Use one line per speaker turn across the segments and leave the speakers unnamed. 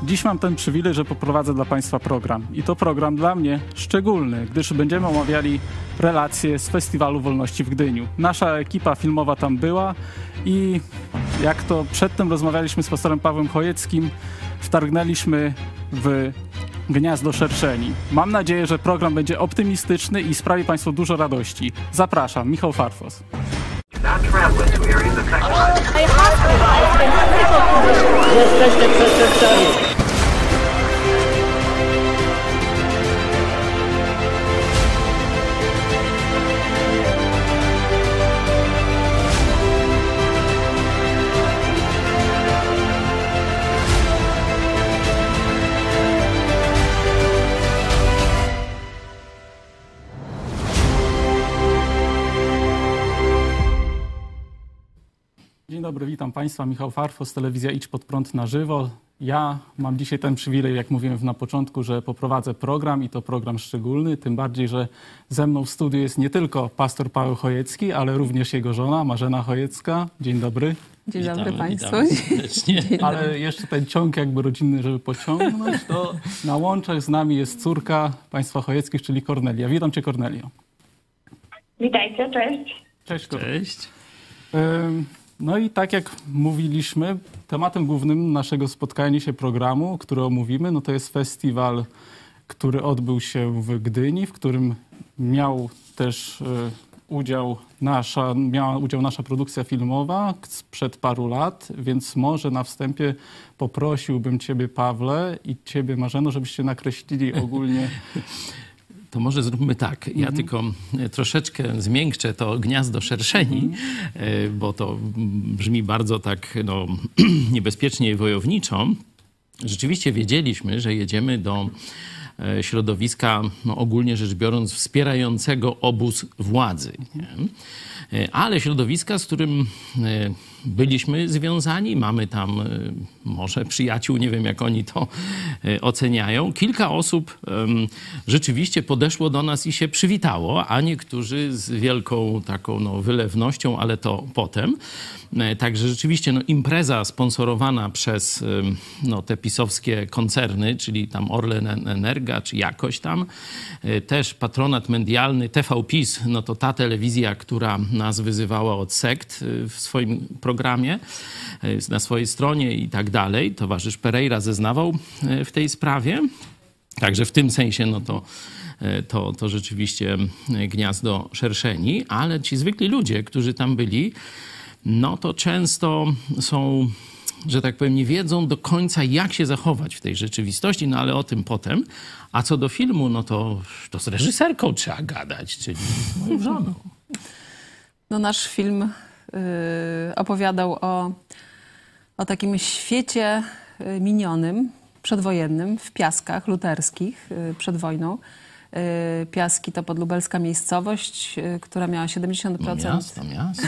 Dziś mam ten przywilej, że poprowadzę dla Państwa program. I to program dla mnie szczególny, gdyż będziemy omawiali relacje z Festiwalu Wolności w Gdyniu. Nasza ekipa filmowa tam była i jak to przedtem rozmawialiśmy z pastorem Pawłem Chojeckim, wtargnęliśmy w gniazdo szerszeni. Mam nadzieję, że program będzie optymistyczny i sprawi Państwu dużo radości. Zapraszam, Michał Farfos.
Jesteście przestępcami.
Dzień dobry, witam Państwa. Michał Farfos, telewizja Idź Pod Prąd na żywo. Ja mam dzisiaj ten przywilej, jak mówiłem na początku, że poprowadzę program i to program szczególny, tym bardziej, że ze mną w studiu jest nie tylko pastor Paweł Chojecki, ale również jego żona Marzena Chojecka. Dzień dobry.
Dzień dobry Państwu.
Ale jeszcze ten ciąg jakby rodzinny, żeby pociągnąć, to na łączach z nami jest córka państwa Chojeckich, czyli Kornelia. Witam Cię, Kornelio.
Witajcie, cześć.
Cześć.
Cześć.
No i tak jak mówiliśmy, tematem głównym naszego spotkania się programu, który omówimy, no to jest festiwal, który odbył się w Gdyni, w którym miał też miała udział nasza produkcja filmowa sprzed paru lat, więc może na wstępie poprosiłbym Ciebie, Pawle, i Ciebie, Marzeno, żebyście nakreślili ogólnie.
To może zróbmy tak. Ja tylko troszeczkę zmiękczę to gniazdo szerszeni, bo to brzmi bardzo tak niebezpiecznie i wojowniczo. Rzeczywiście wiedzieliśmy, że jedziemy do środowiska, ogólnie rzecz biorąc, wspierającego obóz władzy. Nie? Ale środowiska, z którym byliśmy związani, mamy tam może przyjaciół, nie wiem jak oni to oceniają. Kilka osób rzeczywiście podeszło do nas i się przywitało, a niektórzy z wielką taką wylewnością, ale to potem. Także rzeczywiście impreza sponsorowana przez te pisowskie koncerny, czyli tam Orlen Energa, czy jakoś tam. Też patronat medialny TVPiS, to ta telewizja, która nas wyzywała od sekt w swoim programie, na swojej stronie i tak dalej. Towarzysz Pereira zeznawał w tej sprawie. Także w tym sensie to rzeczywiście gniazdo szerszeni, ale ci zwykli ludzie, którzy tam byli, to często są, że tak powiem, nie wiedzą do końca, jak się zachować w tej rzeczywistości, ale o tym potem. A co do filmu, to z reżyserką trzeba gadać, czyli moją żoną.
Nasz film opowiadał o takim świecie minionym, przedwojennym, w Piaskach luterskich przed wojną. Piaski to podlubelska miejscowość, która miała 70%...
Miasto.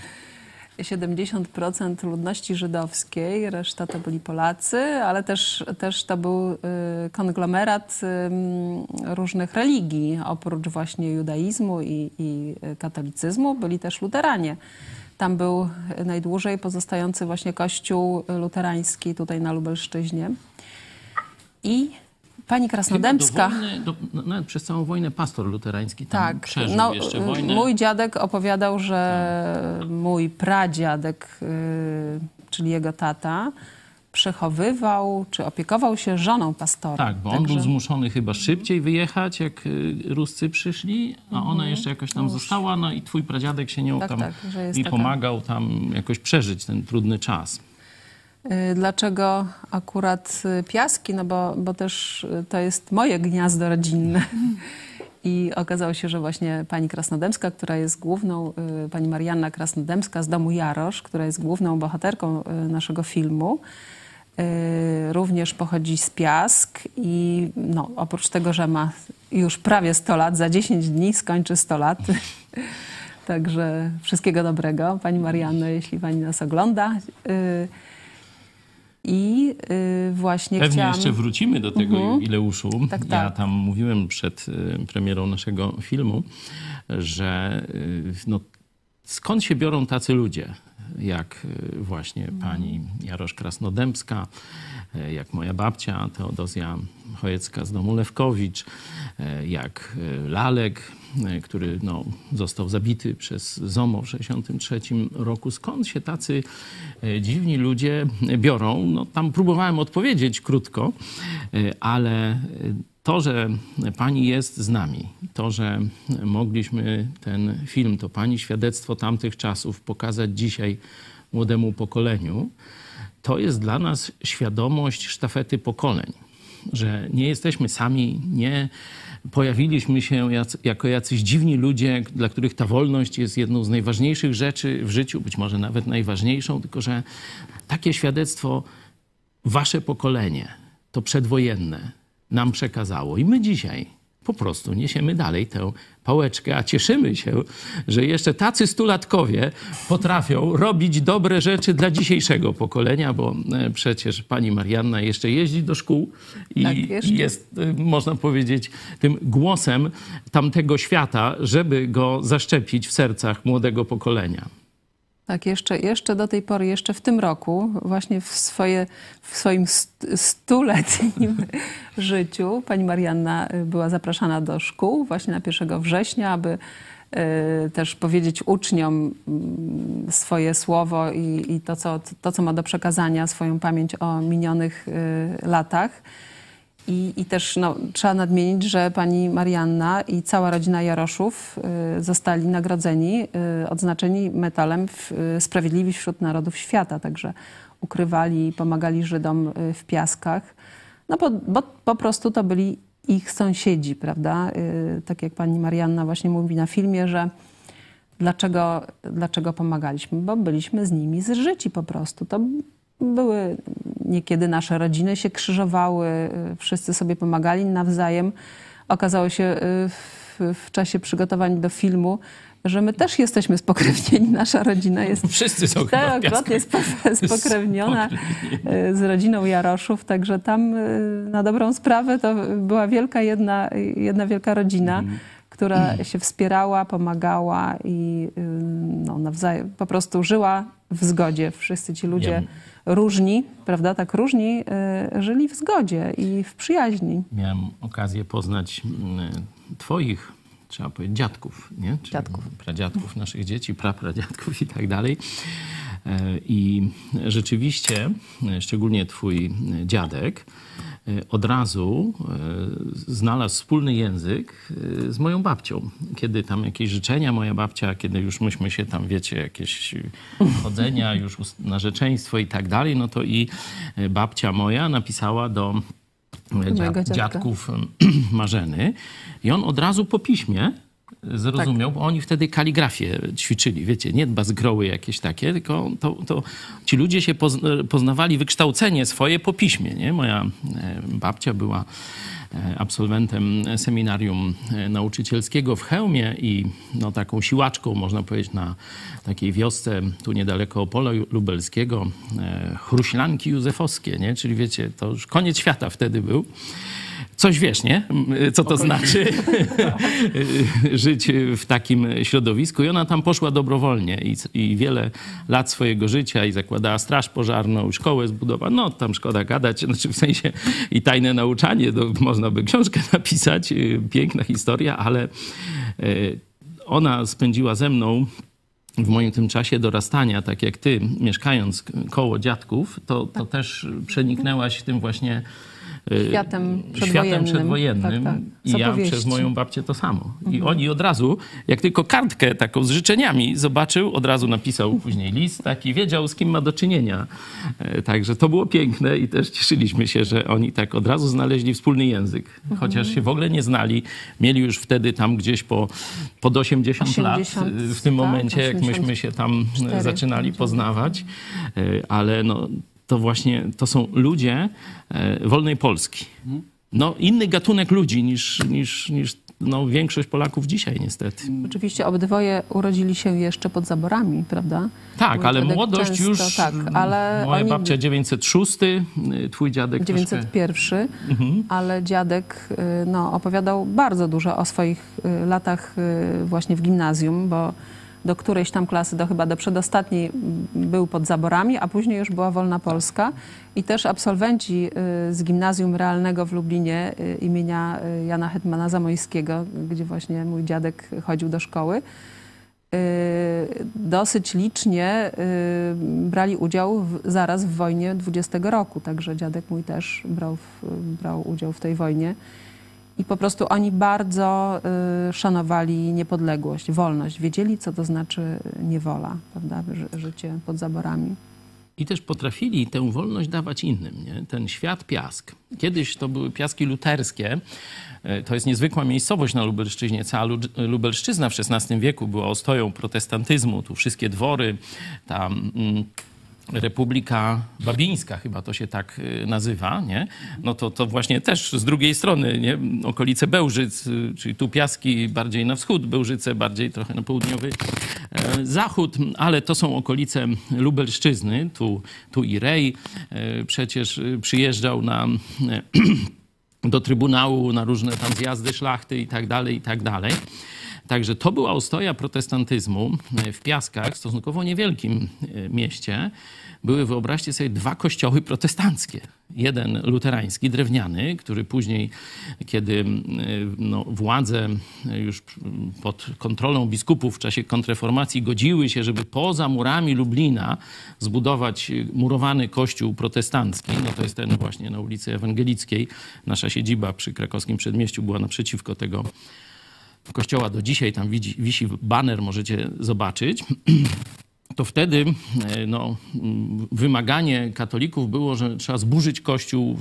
70% ludności żydowskiej, reszta to byli Polacy, ale też to był konglomerat różnych religii. Oprócz właśnie judaizmu i katolicyzmu byli też luteranie. Tam był najdłużej pozostający właśnie kościół luterański tutaj na Lubelszczyźnie. I pani Krasnodębska...
Nawet przez całą wojnę pastor luterański tam przeżył jeszcze wojnę.
Mój dziadek opowiadał, że mój pradziadek, czyli jego tata, przechowywał czy opiekował się żoną pastora.
Tak, bo on był zmuszony chyba szybciej wyjechać, jak Ruscy przyszli, a ona jeszcze jakoś tam została, i twój pradziadek się nią pomagał tam jakoś przeżyć ten trudny czas.
Dlaczego akurat Piaski? Bo też to jest moje gniazdo rodzinne. I okazało się, że właśnie pani Krasnodębska, która jest główną, pani Marianna Krasnodębska z domu Jarosz, która jest główną bohaterką naszego filmu, również pochodzi z Piask i oprócz tego, że ma już prawie 100 lat, za 10 dni skończy 100 lat. Także wszystkiego dobrego, pani Marianno, jeśli pani nas ogląda. I właśnie
Pewnie jeszcze wrócimy do tego jubileuszu.
Tak.
Ja tam mówiłem przed premierą naszego filmu, że skąd się biorą tacy ludzie, jak właśnie pani Jarosz Krasnodębska, jak moja babcia Teodozja Chojecka z domu Lewkowicz, jak Lalek, który no, został zabity przez ZOMO w 1963 roku. Skąd się tacy dziwni ludzie biorą? No, tam próbowałem odpowiedzieć krótko, ale to, że pani jest z nami, to, że mogliśmy ten film, to pani świadectwo tamtych czasów pokazać dzisiaj młodemu pokoleniu, to jest dla nas świadomość sztafety pokoleń, że nie jesteśmy sami, nie pojawiliśmy się jako jacyś dziwni ludzie, dla których ta wolność jest jedną z najważniejszych rzeczy w życiu, być może nawet najważniejszą, tylko że takie świadectwo wasze pokolenie, to przedwojenne, nam przekazało. I my dzisiaj po prostu niesiemy dalej tę pałeczkę, a cieszymy się, że jeszcze tacy stulatkowie potrafią robić dobre rzeczy dla dzisiejszego pokolenia, bo przecież pani Marianna jeszcze jeździ do szkół i jest, można powiedzieć, tym głosem tamtego świata, żeby go zaszczepić w sercach młodego pokolenia.
Tak, jeszcze do tej pory, jeszcze w tym roku, właśnie w swoim stuletnim życiu, pani Marianna była zapraszana do szkół właśnie na 1 września, aby też powiedzieć uczniom swoje słowo i to, co ma do przekazania, swoją pamięć o minionych latach. I też no, trzeba nadmienić, że pani Marianna i cała rodzina Jaroszów zostali nagrodzeni, odznaczeni medalem Sprawiedliwi wśród Narodów Świata. Także ukrywali i pomagali Żydom w Piaskach. No bo po prostu to byli ich sąsiedzi, prawda? Tak jak pani Marianna właśnie mówi na filmie, że dlaczego pomagaliśmy? Bo byliśmy z nimi zżyci po prostu. To były niekiedy nasze rodziny się krzyżowały, wszyscy sobie pomagali nawzajem. Okazało się w czasie przygotowań do filmu, że my też jesteśmy spokrewnieni. Nasza rodzina jest
wszyscy są
czterokrotnie spokrewniona z rodziną Jaroszów. Także tam na dobrą sprawę to była jedna wielka rodzina, która się wspierała, pomagała i no, nawzajem po prostu żyła w zgodzie. Wszyscy ci ludzie różni, prawda, tak różni, żyli w zgodzie i w przyjaźni.
Miałem okazję poznać twoich, trzeba powiedzieć, dziadków, nie? Czyli
dziadków.
Pradziadków naszych dzieci, prapradziadków i tak dalej. I rzeczywiście, szczególnie twój dziadek, od razu znalazł wspólny język z moją babcią. Kiedy tam jakieś życzenia, moja babcia, kiedy już myśmy się tam, wiecie, jakieś chodzenia, już narzeczeństwo i tak dalej, no to i babcia moja napisała do dziadków Marzeny i on od razu po piśmie zrozumiał, bo oni wtedy kaligrafię ćwiczyli, wiecie, nie bazgroły jakieś takie, tylko to ci ludzie się poznawali wykształcenie swoje po piśmie, nie? Moja babcia była absolwentem seminarium nauczycielskiego w Chełmie i no, taką siłaczką, można powiedzieć, na takiej wiosce tu niedaleko Opola Lubelskiego, Chruślanki Józefowskie, nie? Czyli wiecie, to już koniec świata wtedy był. Coś wiesz, nie? Co to znaczy żyć w takim środowisku. I ona tam poszła dobrowolnie i wiele lat swojego życia i zakładała straż pożarną, szkołę zbudowała. No tam szkoda gadać, znaczy w sensie i tajne nauczanie, można by książkę napisać, piękna historia, ale ona spędziła ze mną w moim tym czasie dorastania, tak jak ty, mieszkając koło dziadków, to też przeniknęłaś tym właśnie
światem
przedwojennym.
Tak.
I ja przez moją babcię to samo. I oni od razu, jak tylko kartkę taką z życzeniami zobaczył, od razu napisał później list taki, wiedział, z kim ma do czynienia. Także to było piękne i też cieszyliśmy się, że oni tak od razu znaleźli wspólny język. Chociaż się w ogóle nie znali. Mieli już wtedy tam gdzieś pod 80 lat w tym momencie, jak myśmy się tam zaczynali poznawać. Ale no, to właśnie, to są ludzie wolnej Polski. No, inny gatunek ludzi niż no, większość Polaków dzisiaj niestety.
Oczywiście obydwoje urodzili się jeszcze pod zaborami, prawda?
Tak, ale młodość często, już...
Tak, ale
moja babcia 906, twój dziadek
901, ale dziadek no, opowiadał bardzo dużo o swoich latach właśnie w gimnazjum, bo do którejś tam klasy, chyba do przedostatniej był pod zaborami, a później już była wolna Polska. I też absolwenci z Gimnazjum Realnego w Lublinie imienia Jana Hetmana Zamojskiego, gdzie właśnie mój dziadek chodził do szkoły, dosyć licznie brali udział zaraz w wojnie 20 roku. Także dziadek mój też brał udział w tej wojnie. I po prostu oni bardzo szanowali niepodległość, wolność. Wiedzieli, co to znaczy niewola, prawda? Życie pod zaborami.
I też potrafili tę wolność dawać innym. Nie? Ten świat Piask. Kiedyś to były Piaski Luterskie. To jest niezwykła miejscowość na Lubelszczyźnie. Cała Lubelszczyzna w XVI wieku była ostoją protestantyzmu. Tu wszystkie dwory, tam Republika Babińska, chyba to się tak nazywa, nie? No to właśnie też z drugiej strony, nie? Okolice Bełżyc, czyli tu Piaski bardziej na wschód, Bełżyce bardziej trochę na południowy zachód, ale to są okolice Lubelszczyzny. Tu i Rej przecież przyjeżdżał do Trybunału na różne tam zjazdy szlachty i tak dalej, i tak dalej. Także to była ostoja protestantyzmu w Piaskach, stosunkowo niewielkim mieście. Były, wyobraźcie sobie, 2 kościoły protestanckie. Jeden luterański, drewniany, który później, kiedy władze już pod kontrolą biskupów w czasie kontrreformacji godziły się, żeby poza murami Lublina zbudować murowany kościół protestancki, no to jest ten właśnie na ulicy Ewangelickiej. Nasza siedziba przy krakowskim Przedmieściu była naprzeciwko tego kościoła. Do dzisiaj tam wisi baner, możecie zobaczyć. To wtedy wymaganie katolików było, że trzeba zburzyć kościół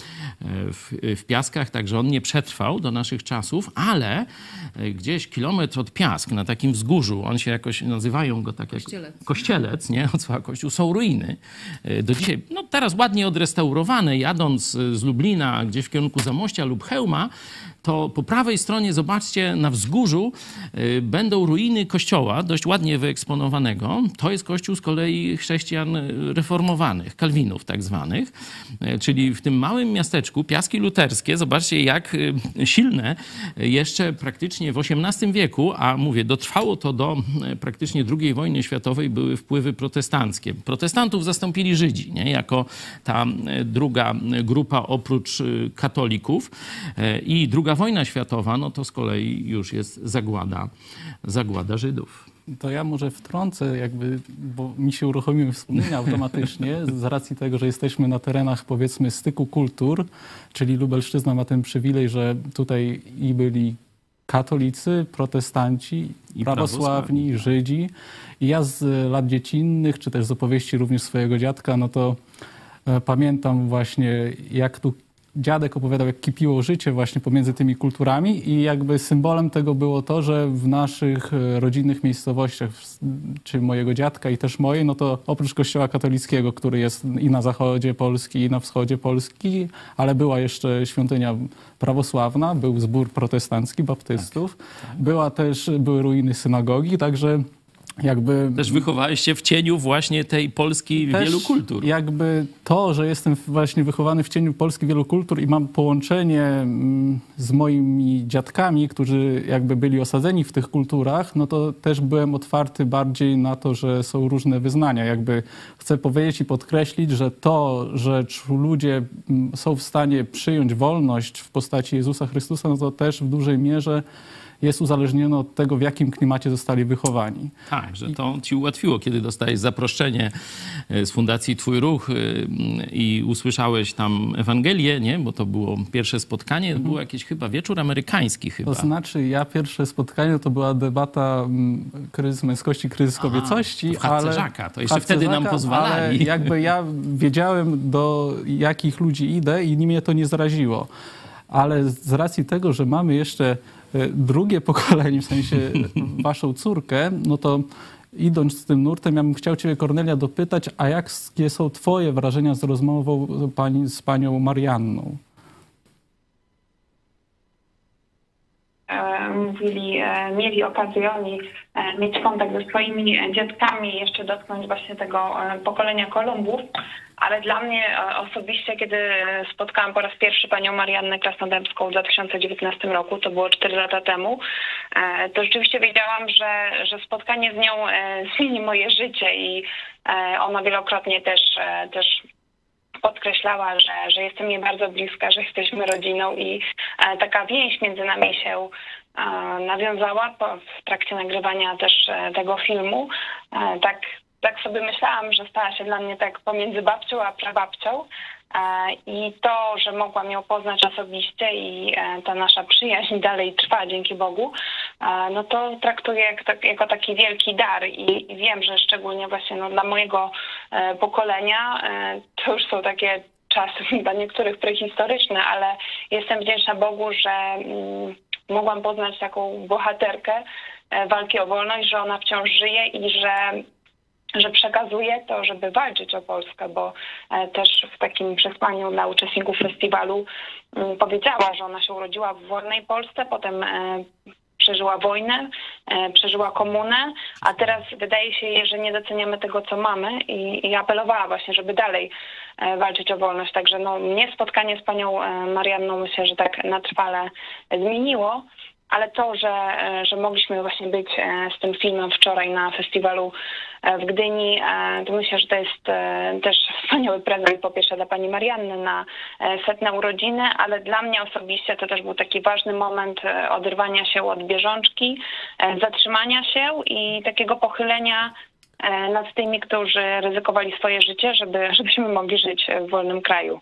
w Piaskach, także on nie przetrwał do naszych czasów, ale gdzieś kilometr od Piask, na takim wzgórzu, on się jakoś, nazywają go tak jak Kościelec, nie? Cała kościół, są ruiny. Do dzisiaj, teraz ładnie odrestaurowane, jadąc z Lublina gdzieś w kierunku Zamościa lub Chełma, to po prawej stronie, zobaczcie, na wzgórzu będą ruiny kościoła, dość ładnie wyeksponowanego. To jest kościół z kolei chrześcijan reformowanych, kalwinów tak zwanych. Czyli w tym małym miasteczku Piaski Luterskie, zobaczcie jak silne jeszcze praktycznie w XVIII wieku, a mówię, dotrwało to do praktycznie II wojny światowej, były wpływy protestanckie. Protestantów zastąpili Żydzi, nie? Jako ta druga grupa oprócz katolików. I II wojna światowa, no to z kolei już jest zagłada Żydów.
To ja może wtrącę, bo mi się uruchomiły wspomnienia automatycznie z racji tego, że jesteśmy na terenach, powiedzmy, styku kultur, czyli Lubelszczyzna ma ten przywilej, że tutaj i byli katolicy, protestanci, i prawosławni, Żydzi. I ja z lat dziecinnych, czy też z opowieści również swojego dziadka, no to pamiętam właśnie, jak tu dziadek opowiadał, jak kipiło życie właśnie pomiędzy tymi kulturami i symbolem tego było to, że w naszych rodzinnych miejscowościach, czy mojego dziadka i też mojej, no to oprócz kościoła katolickiego, który jest i na zachodzie Polski, i na wschodzie Polski, ale była jeszcze świątynia prawosławna, był zbór protestancki baptystów, były ruiny synagogi, także
Też wychowałeś się w cieniu właśnie tej Polski wielu kultur.
To, że jestem właśnie wychowany w cieniu Polski wielu kultur i mam połączenie z moimi dziadkami, którzy byli osadzeni w tych kulturach, no to też byłem otwarty bardziej na to, że są różne wyznania. Chcę powiedzieć i podkreślić, że to, że ludzie są w stanie przyjąć wolność w postaci Jezusa Chrystusa, no to też w dużej mierze jest uzależnione od tego, w jakim klimacie zostali wychowani.
Tak, że to ci ułatwiło, kiedy dostałeś zaproszenie z Fundacji Twój Ruch i usłyszałeś tam Ewangelię, nie? Bo to było pierwsze spotkanie, było jakiś chyba wieczór amerykański chyba.
To znaczy, pierwsze spotkanie to była debata kryzys męskości, kryzys kobiecości.
W chatce Żaka, to jeszcze wtedy nam pozwalali.
Ale ja wiedziałem, do jakich ludzi idę i mnie to nie zraziło. Ale z racji tego, że mamy jeszcze drugie pokolenie, w sensie waszą córkę, no to idąc z tym nurtem, ja bym chciał ciebie, Kornelia, dopytać, a jakie są twoje wrażenia z rozmową z panią Marianną?
mieli okazję oni mieć kontakt ze swoimi dziadkami, jeszcze dotknąć właśnie tego pokolenia Kolumbów. Ale dla mnie osobiście, kiedy spotkałam po raz pierwszy panią Mariannę Krasnodębską w 2019 roku, to było 4 lata temu, to rzeczywiście wiedziałam, że spotkanie z nią zmieni moje życie i ona wielokrotnie też podkreślała, że jestem jej bardzo bliska, że jesteśmy rodziną i taka więź między nami się nawiązała w trakcie nagrywania też tego filmu. Tak sobie myślałam, że stała się dla mnie tak pomiędzy babcią a prababcią. I to, że mogłam ją poznać osobiście i ta nasza przyjaźń dalej trwa, dzięki Bogu, no to traktuję jako taki wielki dar i wiem, że szczególnie właśnie dla mojego pokolenia to już są takie czasy dla niektórych prehistoryczne, ale jestem wdzięczna Bogu, że mogłam poznać taką bohaterkę walki o wolność, że ona wciąż żyje i że przekazuje to, żeby walczyć o Polskę, bo też w takim przesłaniu dla uczestników festiwalu powiedziała, że ona się urodziła w wolnej Polsce, potem przeżyła wojnę, przeżyła komunę, a teraz wydaje się jej, że nie doceniamy tego, co mamy i apelowała właśnie, żeby dalej walczyć o wolność. Także mnie spotkanie z panią Marianną myślę, że tak na trwale zmieniło. Ale to, że mogliśmy właśnie być z tym filmem wczoraj na festiwalu w Gdyni, to myślę, że to jest też wspaniały prezent po pierwsze dla pani Marianny na 100. urodziny, ale dla mnie osobiście to też był taki ważny moment oderwania się od bieżączki, zatrzymania się i takiego pochylenia nad tymi, którzy ryzykowali swoje życie, żebyśmy mogli żyć w wolnym kraju.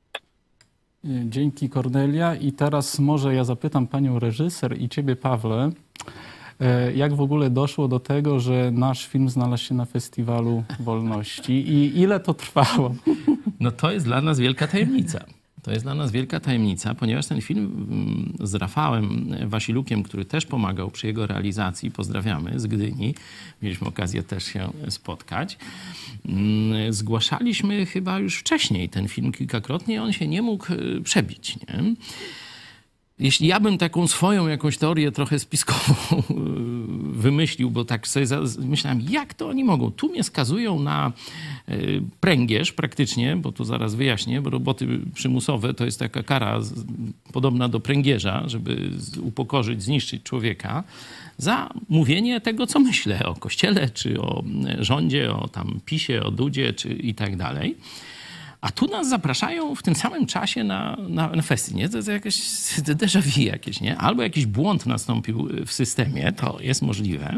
Dzięki, Kornelia. I teraz może ja zapytam panią reżyser i ciebie, Pawle, jak w ogóle doszło do tego, że nasz film znalazł się na Festiwalu Wolności i ile to trwało?
No to jest dla nas wielka tajemnica. To jest dla nas wielka tajemnica, ponieważ ten film z Rafałem Wasilukiem, który też pomagał przy jego realizacji, pozdrawiamy, z Gdyni, mieliśmy okazję też się spotkać, zgłaszaliśmy chyba już wcześniej ten film kilkakrotnie, on się nie mógł przebić, nie? Jeśli ja bym taką swoją jakąś teorię trochę spiskową wymyślił, bo tak sobie myślałem, jak to oni mogą? Tu mnie skazują na pręgierz praktycznie, bo tu zaraz wyjaśnię, bo roboty przymusowe to jest taka kara podobna do pręgierza, żeby upokorzyć, zniszczyć człowieka, za mówienie tego, co myślę o Kościele, czy o rządzie, o tam PiSie, o Dudzie, czy i tak dalej. A tu nas zapraszają w tym samym czasie na festiwal. Nie? To jest jakieś déjà vu jakieś, nie? Albo jakiś błąd nastąpił w systemie, to jest możliwe.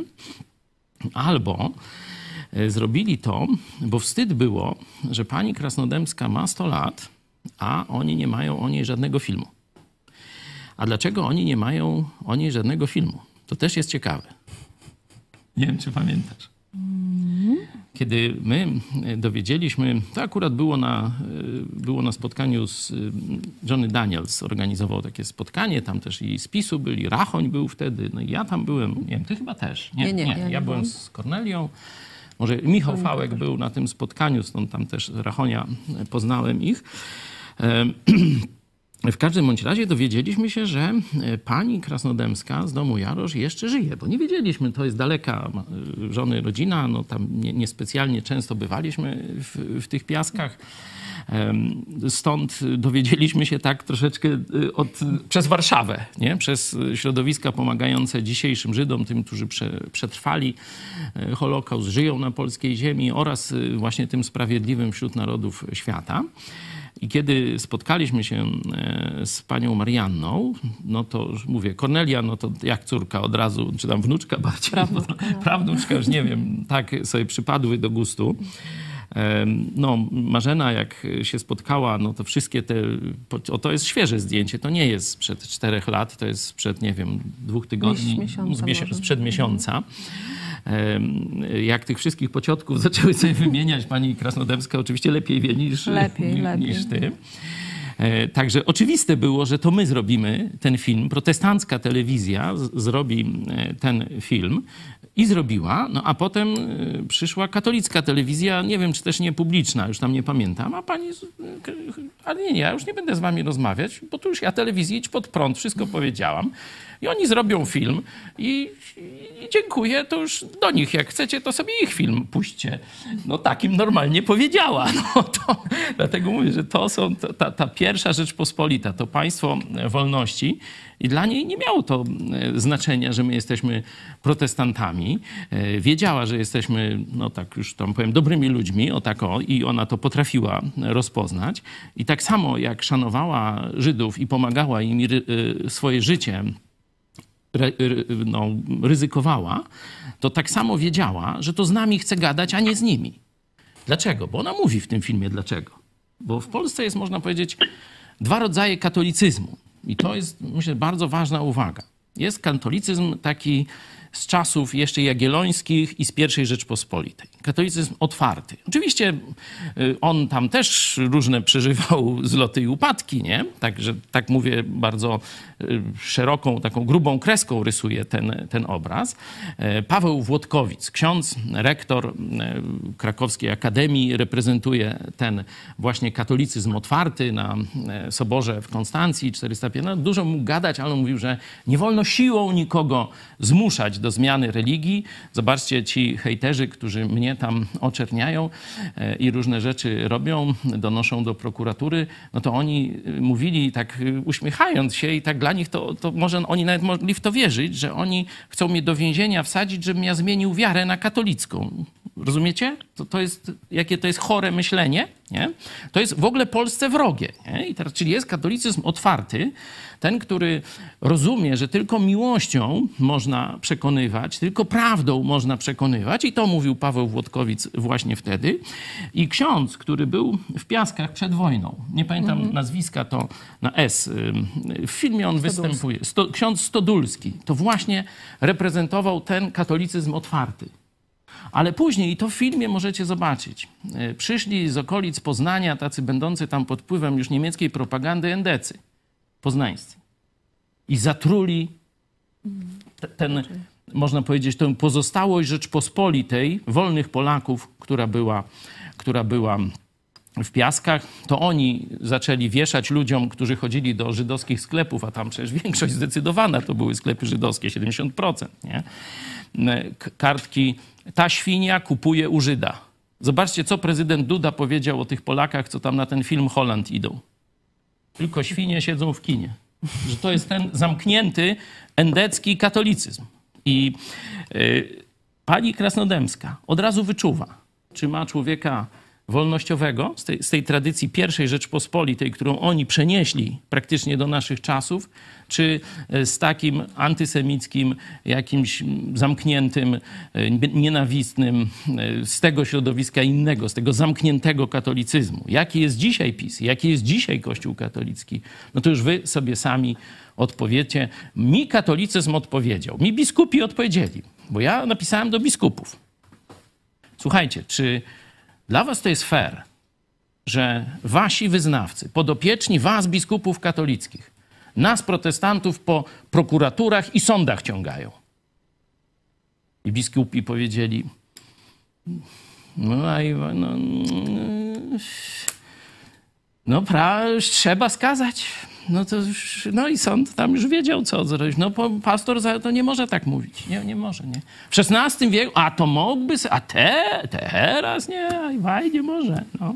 Albo zrobili to, bo wstyd było, że pani Krasnodębska ma 100 lat, a oni nie mają o niej żadnego filmu. A dlaczego oni nie mają o niej żadnego filmu? To też jest ciekawe. Nie wiem, czy pamiętasz. Kiedy my dowiedzieliśmy, to akurat było na spotkaniu z Johnny Daniels, organizował takie spotkanie, tam też i z PiS-u byli, Rachoń był wtedy, no i ja tam byłem, nie wiem, ty chyba też. Nie, ja byłem z Kornelią, może Michał Fałek był na tym spotkaniu, stąd tam też Rachonia poznałem ich. W każdym bądź razie dowiedzieliśmy się, że pani Krasnodębska z domu Jarosz jeszcze żyje, bo nie wiedzieliśmy, to jest daleka żony rodzina, no tam niespecjalnie często bywaliśmy w tych Piaskach. Stąd dowiedzieliśmy się tak troszeczkę przez Warszawę, nie? Przez środowiska pomagające dzisiejszym Żydom, tym, którzy przetrwali Holokaust, żyją na polskiej ziemi oraz właśnie tym sprawiedliwym wśród narodów świata. I kiedy spotkaliśmy się z panią Marianną, no to mówię, Kornelia, no to jak córka od razu, czy tam wnuczka bardziej, prawnuczka, już nie wiem, tak sobie przypadły do gustu. No, Marzena jak się spotkała, no to wszystkie te, to jest świeże zdjęcie, to nie jest sprzed 4 lat, to jest sprzed, nie wiem, 2 tygodni, sprzed miesiąca. Jak tych wszystkich pociotków zaczęły sobie wymieniać, pani Krasnodębska oczywiście lepiej wie niż ty. Także oczywiste było, że to my zrobimy ten film. Protestancka telewizja zrobi ten film i zrobiła, no a potem przyszła katolicka telewizja, nie wiem, czy też nie publiczna, już tam nie pamiętam, a pani, ale nie, ja już nie będę z wami rozmawiać, bo tu już ja telewizji idź pod prąd, wszystko powiedziałam. I oni zrobią film i dziękuję, to już do nich. Jak chcecie, to sobie ich film puśćcie. No takim normalnie powiedziała. No to, dlatego mówię, że to są ta pierwsza Rzeczpospolita, to państwo wolności. I dla niej nie miało to znaczenia, że my jesteśmy protestantami. Wiedziała, że jesteśmy, no tak już tam powiem, dobrymi ludźmi, i ona to potrafiła rozpoznać. I tak samo jak szanowała Żydów i pomagała im swoje życie ryzykowała, to tak samo wiedziała, że to z nami chce gadać, a nie z nimi. Dlaczego? Bo ona mówi w tym filmie dlaczego. Bo w Polsce jest, można powiedzieć, 2 rodzaje katolicyzmu. I to jest, myślę, bardzo ważna uwaga. Jest katolicyzm taki z czasów jeszcze jagiellońskich i z I Rzeczpospolitej. Katolicyzm otwarty. Oczywiście on tam też różne przeżywał zloty i upadki, nie? Także tak mówię, bardzo szeroką, taką grubą kreską rysuje ten obraz. Paweł Włodkowic, ksiądz, rektor Krakowskiej Akademii, reprezentuje ten właśnie katolicyzm otwarty na Soborze w Konstancji 405. No, dużo mógł gadać, ale on mówił, że nie wolno siłą nikogo zmuszać do zmiany religii. Zobaczcie, ci hejterzy, którzy mnie tam oczerniają i różne rzeczy robią, donoszą do prokuratury, no to oni mówili tak uśmiechając się i tak dla nich to może oni nawet mogli w to wierzyć, że oni chcą mnie do więzienia wsadzić, żebym ja zmienił wiarę na katolicką. Rozumiecie? To jest, jakie to jest chore myślenie, nie? To jest w ogóle Polsce wrogie. Nie? I teraz, czyli jest katolicyzm otwarty, ten, który rozumie, że tylko miłością można przekonywać, tylko prawdą można przekonywać. I to mówił Paweł Włodkowic właśnie wtedy. I ksiądz, który był w Piaskach przed wojną, nie pamiętam nazwiska, to na S, w filmie on występuje, ksiądz Stodulski, to właśnie reprezentował ten katolicyzm otwarty. Ale później, i to w filmie możecie zobaczyć, przyszli z okolic Poznania, tacy będący tam pod wpływem już niemieckiej propagandy endecy, poznańscy. I zatruli można powiedzieć, tę pozostałość Rzeczpospolitej, wolnych Polaków, która była w Piaskach. To oni zaczęli wieszać ludziom, którzy chodzili do żydowskich sklepów, a tam przecież większość zdecydowana to były sklepy żydowskie, 70%, nie? Kartki, ta świnia kupuje u Żyda. Zobaczcie, co prezydent Duda powiedział o tych Polakach, co tam na ten film Holland idą. Tylko świnie siedzą w kinie. Że to jest ten zamknięty, endecki katolicyzm. I pani Krasnodębska od razu wyczuwa, czy ma człowieka wolnościowego z tej tradycji I Rzeczpospolitej, którą oni przenieśli praktycznie do naszych czasów, czy z takim antysemickim, jakimś zamkniętym, nienawistnym, z tego środowiska innego, z tego zamkniętego katolicyzmu. Jaki jest dzisiaj PiS? Jaki jest dzisiaj Kościół katolicki? No to już wy sobie sami odpowiecie. Mi katolicyzm odpowiedział. Mi biskupi odpowiedzieli, bo ja napisałem do biskupów. Słuchajcie, czy dla was to jest fair, że wasi wyznawcy, podopieczni was, biskupów katolickich, nas, protestantów, po prokuraturach i sądach ciągają? I biskupi powiedzieli, trzeba skazać. No to już, no i sąd tam już wiedział, co zrobić. No pastor to nie może tak mówić. Nie może, nie. W XVI wieku, a to mógłby, a teraz nie, nie może. No.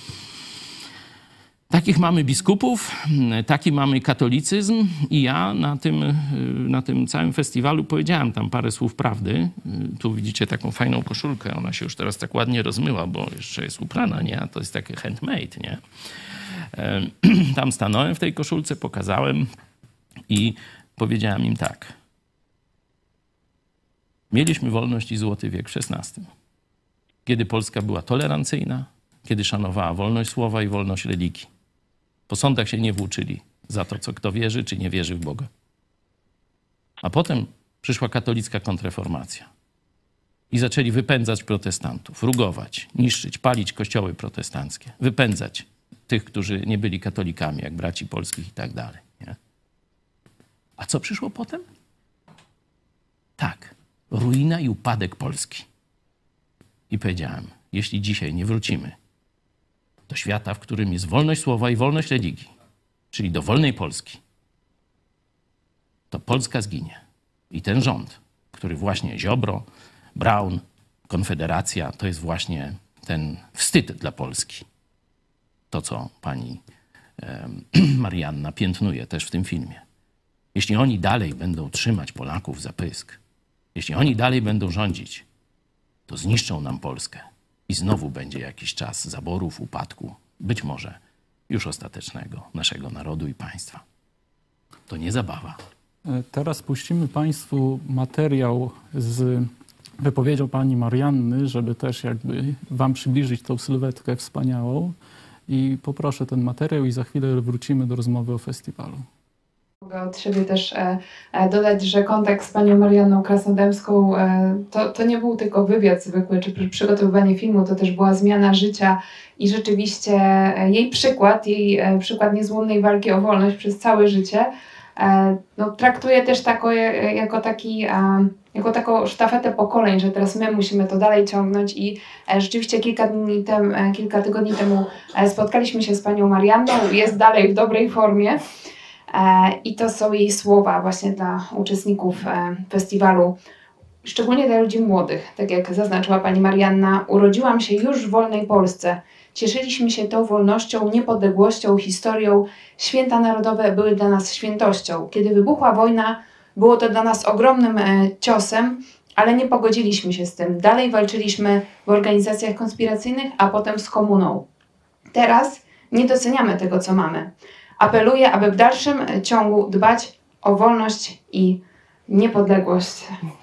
Takich mamy biskupów, taki mamy katolicyzm i ja na tym całym festiwalu powiedziałem tam parę słów prawdy. Tu widzicie taką fajną koszulkę, ona się już teraz tak ładnie rozmyła, bo jeszcze jest uprana, nie? A to jest takie handmade, nie? Tam stanąłem w tej koszulce, pokazałem i powiedziałem im tak. Mieliśmy wolność i złoty wiek w XVI. Kiedy Polska była tolerancyjna, kiedy szanowała wolność słowa i wolność religii. Po sądach się nie włóczyli za to, co kto wierzy, czy nie wierzy w Boga. A potem przyszła katolicka kontrreformacja. I zaczęli wypędzać protestantów, rugować, niszczyć, palić kościoły protestanckie, wypędzać tych, którzy nie byli katolikami, jak braci polskich i tak dalej. Nie? A co przyszło potem? Tak, ruina i upadek Polski. I powiedziałem, jeśli dzisiaj nie wrócimy do świata, w którym jest wolność słowa i wolność religii, czyli do wolnej Polski, to Polska zginie. I ten rząd, który właśnie Ziobro, Braun, Konfederacja, to jest właśnie ten wstyd dla Polski. To, co pani Marianna piętnuje też w tym filmie. Jeśli oni dalej będą trzymać Polaków za pysk, jeśli oni dalej będą rządzić, to zniszczą nam Polskę. I znowu będzie jakiś czas zaborów, upadku, być może już ostatecznego naszego narodu i państwa. To nie zabawa.
Teraz puścimy Państwu materiał z wypowiedzią pani Marianny, żeby też jakby wam przybliżyć tą sylwetkę wspaniałą. I poproszę ten materiał i za chwilę wrócimy do rozmowy o festiwalu.
Mogę od siebie też dodać, że kontakt z panią Marianną Krasnodębską to nie był tylko wywiad zwykły, czy przygotowywanie filmu, to też była zmiana życia i rzeczywiście jej przykład niezłomnej walki o wolność przez całe życie, traktuję też jako taką sztafetę pokoleń, że teraz my musimy to dalej ciągnąć i rzeczywiście kilka tygodni temu spotkaliśmy się z panią Marianną, jest dalej w dobrej formie. I to są jej słowa właśnie dla uczestników festiwalu, szczególnie dla ludzi młodych. Tak jak zaznaczyła pani Marianna, urodziłam się już w wolnej Polsce. Cieszyliśmy się tą wolnością, niepodległością, historią. Święta narodowe były dla nas świętością. Kiedy wybuchła wojna, było to dla nas ogromnym ciosem, ale nie pogodziliśmy się z tym. Dalej walczyliśmy w organizacjach konspiracyjnych, a potem z komuną. Teraz nie doceniamy tego, co mamy. Apeluję, aby w dalszym ciągu dbać o wolność i niepodległość.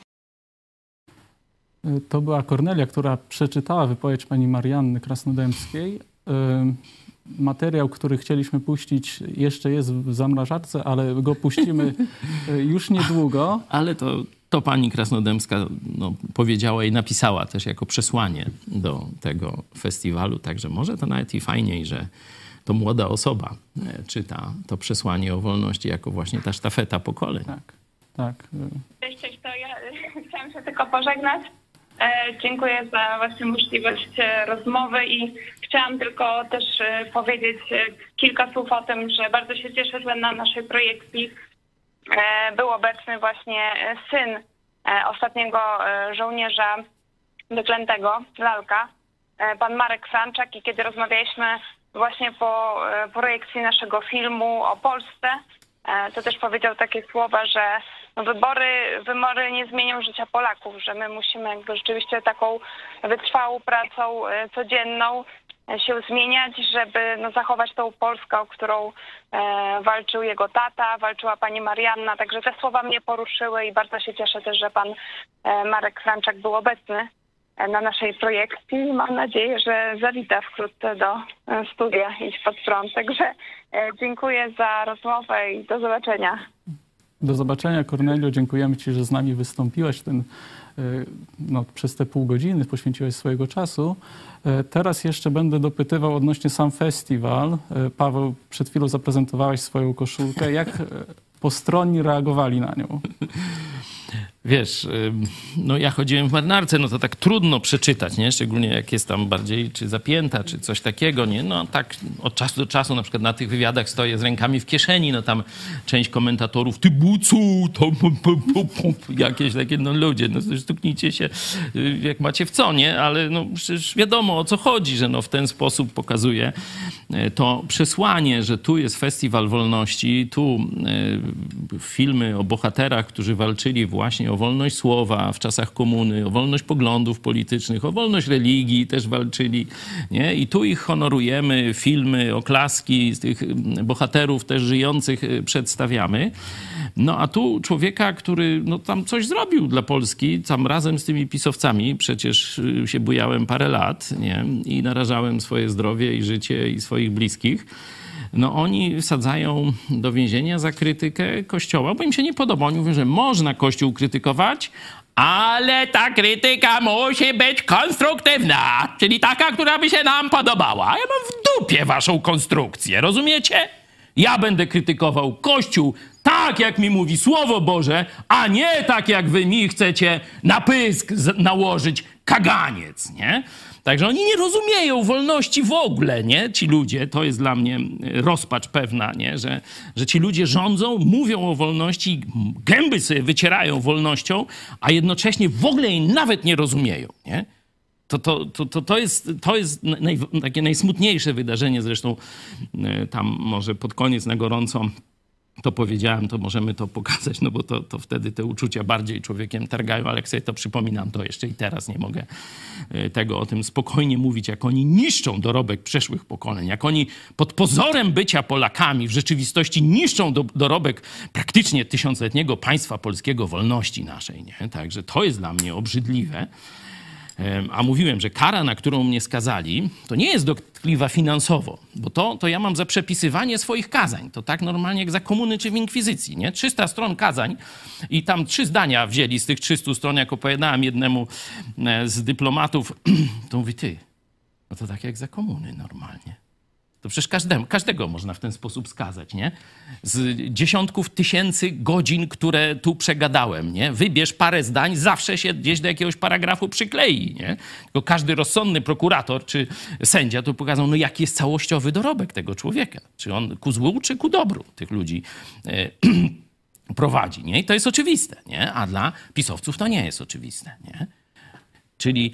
To była Kornelia, która przeczytała wypowiedź pani Marianny Krasnodębskiej. Materiał, który chcieliśmy puścić, jeszcze jest w zamrażarce, ale go puścimy już niedługo.
Ale to pani Krasnodębska powiedziała i napisała też jako przesłanie do tego festiwalu, także może to nawet i fajniej, że to młoda osoba czyta to przesłanie o wolności jako właśnie ta sztafeta pokoleń.
Tak.
Cześć, to ja chciałam się tylko pożegnać. Dziękuję za właśnie możliwość rozmowy i chciałam tylko też powiedzieć kilka słów o tym, że bardzo się cieszę, że na naszej projekcji był obecny właśnie syn ostatniego żołnierza wyklętego, Lalka, pan Marek Franczak, i kiedy rozmawialiśmy właśnie po projekcji naszego filmu o Polsce, to też powiedział takie słowa, że wybory nie zmienią życia Polaków, że my musimy jakby rzeczywiście taką wytrwałą pracą codzienną się zmieniać, żeby zachować tą Polskę, o którą walczył jego tata, walczyła pani Marianna. Także te słowa mnie poruszyły i bardzo się cieszę też, że pan Marek Franczak był obecny na naszej projekcji. Mam nadzieję, że zawita wkrótce do studia Idź Pod Prąd. Także dziękuję za rozmowę i do zobaczenia.
Do zobaczenia, Kornelio. Dziękujemy ci, że z nami wystąpiłaś przez te pół godziny, poświęciłaś swojego czasu. Teraz jeszcze będę dopytywał odnośnie sam festiwal. Paweł, przed chwilą zaprezentowałeś swoją koszulkę. Jak postronni reagowali na nią?
Wiesz, ja chodziłem w marynarce, to tak trudno przeczytać, nie? Szczególnie jak jest tam bardziej czy zapięta, czy coś takiego, nie? Tak od czasu do czasu, na przykład na tych wywiadach stoję z rękami w kieszeni, tam część komentatorów, ty bucu, to jakieś takie, ludzie, stuknijcie się jak macie w co, nie? Ale przecież wiadomo, o co chodzi, że w ten sposób pokazuje to przesłanie, że tu jest festiwal wolności, tu filmy o bohaterach, którzy walczyli właśnie o wolność słowa w czasach komuny, o wolność poglądów politycznych, o wolność religii też walczyli, nie? I tu ich honorujemy, filmy, oklaski z tych bohaterów też żyjących przedstawiamy. A tu człowieka, który tam coś zrobił dla Polski, tam razem z tymi pisowcami, przecież się bujałem parę lat, nie? I narażałem swoje zdrowie i życie i swoich bliskich. Oni wsadzają do więzienia za krytykę Kościoła, bo im się nie podoba. Oni mówią, że można Kościół krytykować, ale ta krytyka musi być konstruktywna, czyli taka, która by się nam podobała. Ja mam w dupie waszą konstrukcję, rozumiecie? Ja będę krytykował Kościół tak, tak, jak mi mówi Słowo Boże, a nie tak, jak wy mi chcecie na pysk nałożyć kaganiec, nie? Także oni nie rozumieją wolności w ogóle, nie? Ci ludzie, to jest dla mnie rozpacz pewna, nie? Że ci ludzie rządzą, mówią o wolności, gęby sobie wycierają wolnością, a jednocześnie w ogóle jej nawet nie rozumieją, nie? To jest takie najsmutniejsze wydarzenie, zresztą tam może pod koniec na gorąco to powiedziałem, to możemy to pokazać, no bo to wtedy te uczucia bardziej człowiekiem targają, ale jak sobie to przypominam, to jeszcze i teraz nie mogę tego o tym spokojnie mówić, jak oni niszczą dorobek przeszłych pokoleń, jak oni pod pozorem bycia Polakami w rzeczywistości niszczą dorobek praktycznie tysiącletniego państwa polskiego, wolności naszej, nie? Także to jest dla mnie obrzydliwe. A mówiłem, że kara, na którą mnie skazali, to nie jest dotkliwa finansowo, bo to ja mam za przepisywanie swoich kazań. To tak normalnie jak za komuny czy w inkwizycji, nie? 300 stron kazań i tam 3 zdania wzięli z tych 300 stron, jak opowiadałem jednemu z dyplomatów, to mówi, ty, no to tak jak za komuny normalnie. To przecież każdego można w ten sposób skazać, nie? Z dziesiątków tysięcy godzin, które tu przegadałem, nie? Wybierz parę zdań, zawsze się gdzieś do jakiegoś paragrafu przyklei, nie? Tylko każdy rozsądny prokurator czy sędzia tu pokazał, no jaki jest całościowy dorobek tego człowieka. Czy on ku złu, czy ku dobru tych ludzi prowadzi, nie? I to jest oczywiste, nie? A dla pisowców to nie jest oczywiste, nie? Czyli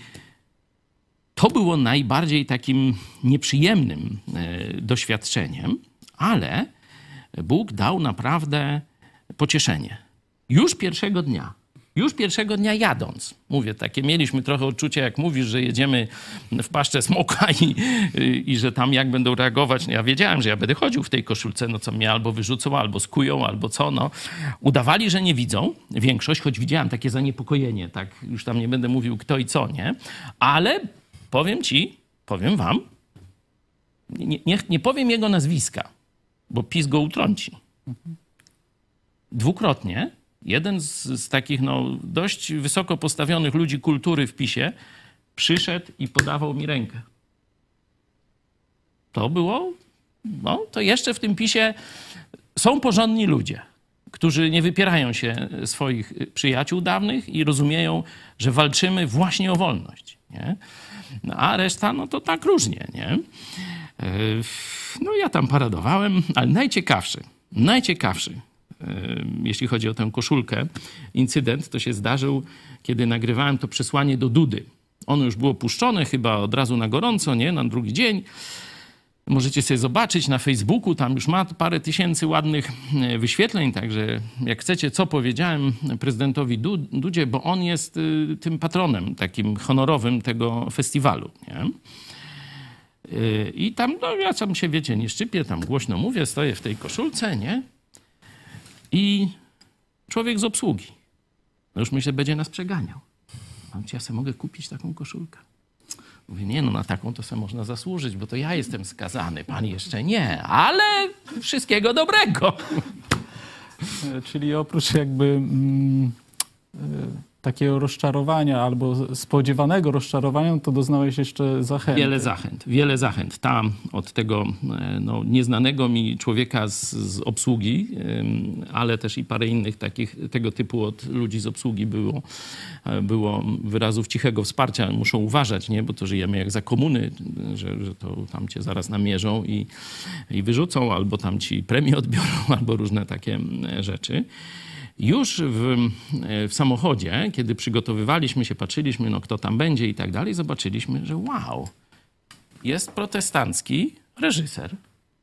to było najbardziej takim nieprzyjemnym doświadczeniem, ale Bóg dał naprawdę pocieszenie. Już pierwszego dnia jadąc, mówię, takie mieliśmy trochę odczucie, jak mówisz, że jedziemy w paszczę smoka i że tam jak będą reagować. Ja wiedziałem, że ja będę chodził w tej koszulce, no co mnie albo wyrzucą, albo skują, albo co, no. Udawali, że nie widzą, większość, choć widziałem takie zaniepokojenie, tak, już tam nie będę mówił kto i co, nie, ale powiem wam, nie powiem jego nazwiska, bo PiS go utrąci. Dwukrotnie jeden z takich dość wysoko postawionych ludzi kultury w PiSie przyszedł i podawał mi rękę. To było, to jeszcze w tym PiSie są porządni ludzie, którzy nie wypierają się swoich przyjaciół dawnych i rozumieją, że walczymy właśnie o wolność, nie? No, a reszta, no to tak różnie, nie? No ja tam paradowałem, ale najciekawszy, jeśli chodzi o tę koszulkę, incydent, to się zdarzył, kiedy nagrywałem to przesłanie do Dudy. Ono już było puszczone chyba od razu na gorąco, nie? Na drugi dzień. Możecie sobie zobaczyć na Facebooku, tam już ma parę tysięcy ładnych wyświetleń, także jak chcecie, co powiedziałem prezydentowi Dudzie, bo on jest tym patronem takim honorowym tego festiwalu, nie? I tam, ja tam się, wiecie, nie szczypię, tam głośno mówię, stoję w tej koszulce, nie? I człowiek z obsługi, no już myślę, będzie nas przeganiał. Czy ja sobie mogę kupić taką koszulkę? Mówię, nie, no na taką to sobie można zasłużyć, bo to ja jestem skazany, pan jeszcze nie, ale wszystkiego dobrego.
Czyli oprócz jakby takiego rozczarowania albo spodziewanego rozczarowania, to doznałeś jeszcze zachęty.
Wiele zachęt. Tam od tego nieznanego mi człowieka z obsługi, ale też i parę innych takich tego typu od ludzi z obsługi było wyrazów cichego wsparcia. Muszą uważać, nie? Bo to żyjemy jak za komuny, że to tam cię zaraz namierzą i wyrzucą, albo tam ci premię odbiorą, albo różne takie rzeczy. Już w samochodzie, kiedy przygotowywaliśmy się, patrzyliśmy, no kto tam będzie i tak dalej, zobaczyliśmy, że wow, jest protestancki reżyser.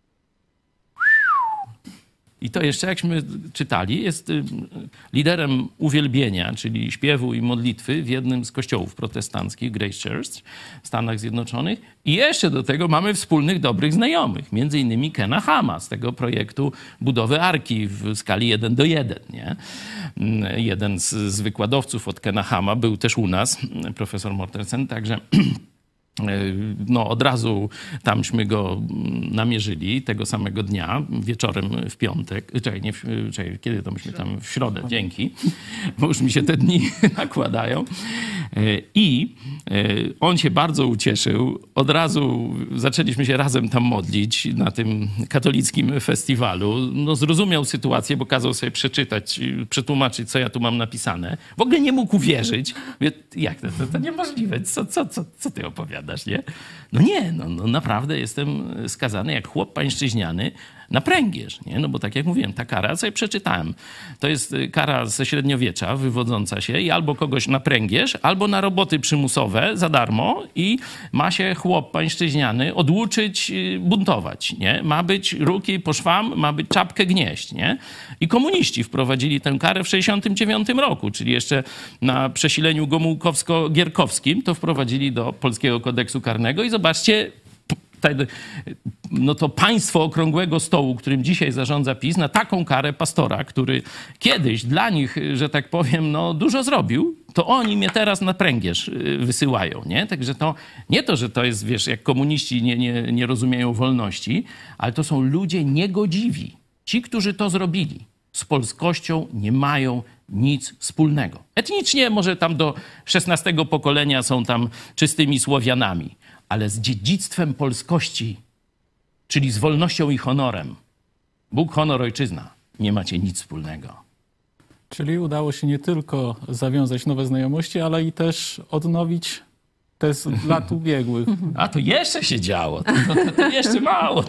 I to jeszcze, jakśmy czytali, jest liderem uwielbienia, czyli śpiewu i modlitwy w jednym z kościołów protestanckich, Grace Church w Stanach Zjednoczonych. I jeszcze do tego mamy wspólnych, dobrych znajomych. Między innymi Kena Hama z tego projektu budowy Arki w skali 1:1. Nie? Jeden z wykładowców od Kena Hama był też u nas, profesor Mortensen, także no od razu tamśmy go namierzyli tego samego dnia, wieczorem w piątek, kiedy to myśmy tam, w środę, dzięki, bo już mi się te dni nakładają. I on się bardzo ucieszył. Od razu zaczęliśmy się razem tam modlić na tym katolickim festiwalu. No zrozumiał sytuację, bo kazał sobie przeczytać, przetłumaczyć, co ja tu mam napisane. W ogóle nie mógł uwierzyć. Mówię, jak to niemożliwe, co ty opowiadasz? Nie? No nie, no naprawdę jestem skazany jak chłop pańszczyźniany na pręgierz, nie? No bo tak jak mówiłem, ta kara, co ja przeczytałem, to jest kara ze średniowiecza wywodząca się i albo kogoś na pręgierz, albo na roboty przymusowe za darmo i ma się chłop pańszczyźniany oduczyć, buntować, nie? Ma być ruki po szwam, ma być czapkę gnieść, nie? I komuniści wprowadzili tę karę w 1969 roku, czyli jeszcze na przesileniu gomułkowsko-gierkowskim to wprowadzili do polskiego kodeksu karnego i zobaczcie, no to państwo okrągłego stołu, którym dzisiaj zarządza PiS, na taką karę pastora, który kiedyś dla nich, że tak powiem, no dużo zrobił, to oni mnie teraz na pręgierz wysyłają, nie? Także to nie to, że to jest, wiesz, jak komuniści nie rozumieją wolności, ale to są ludzie niegodziwi. Ci, którzy to zrobili, z polskością nie mają nic wspólnego. Etnicznie może tam do 16 pokolenia są tam czystymi Słowianami, ale z dziedzictwem polskości, czyli z wolnością i honorem, Bóg, honor, ojczyzna, nie macie nic wspólnego.
Czyli udało się nie tylko zawiązać nowe znajomości, ale i też odnowić te z lat ubiegłych.
A to jeszcze się działo, to jeszcze mało.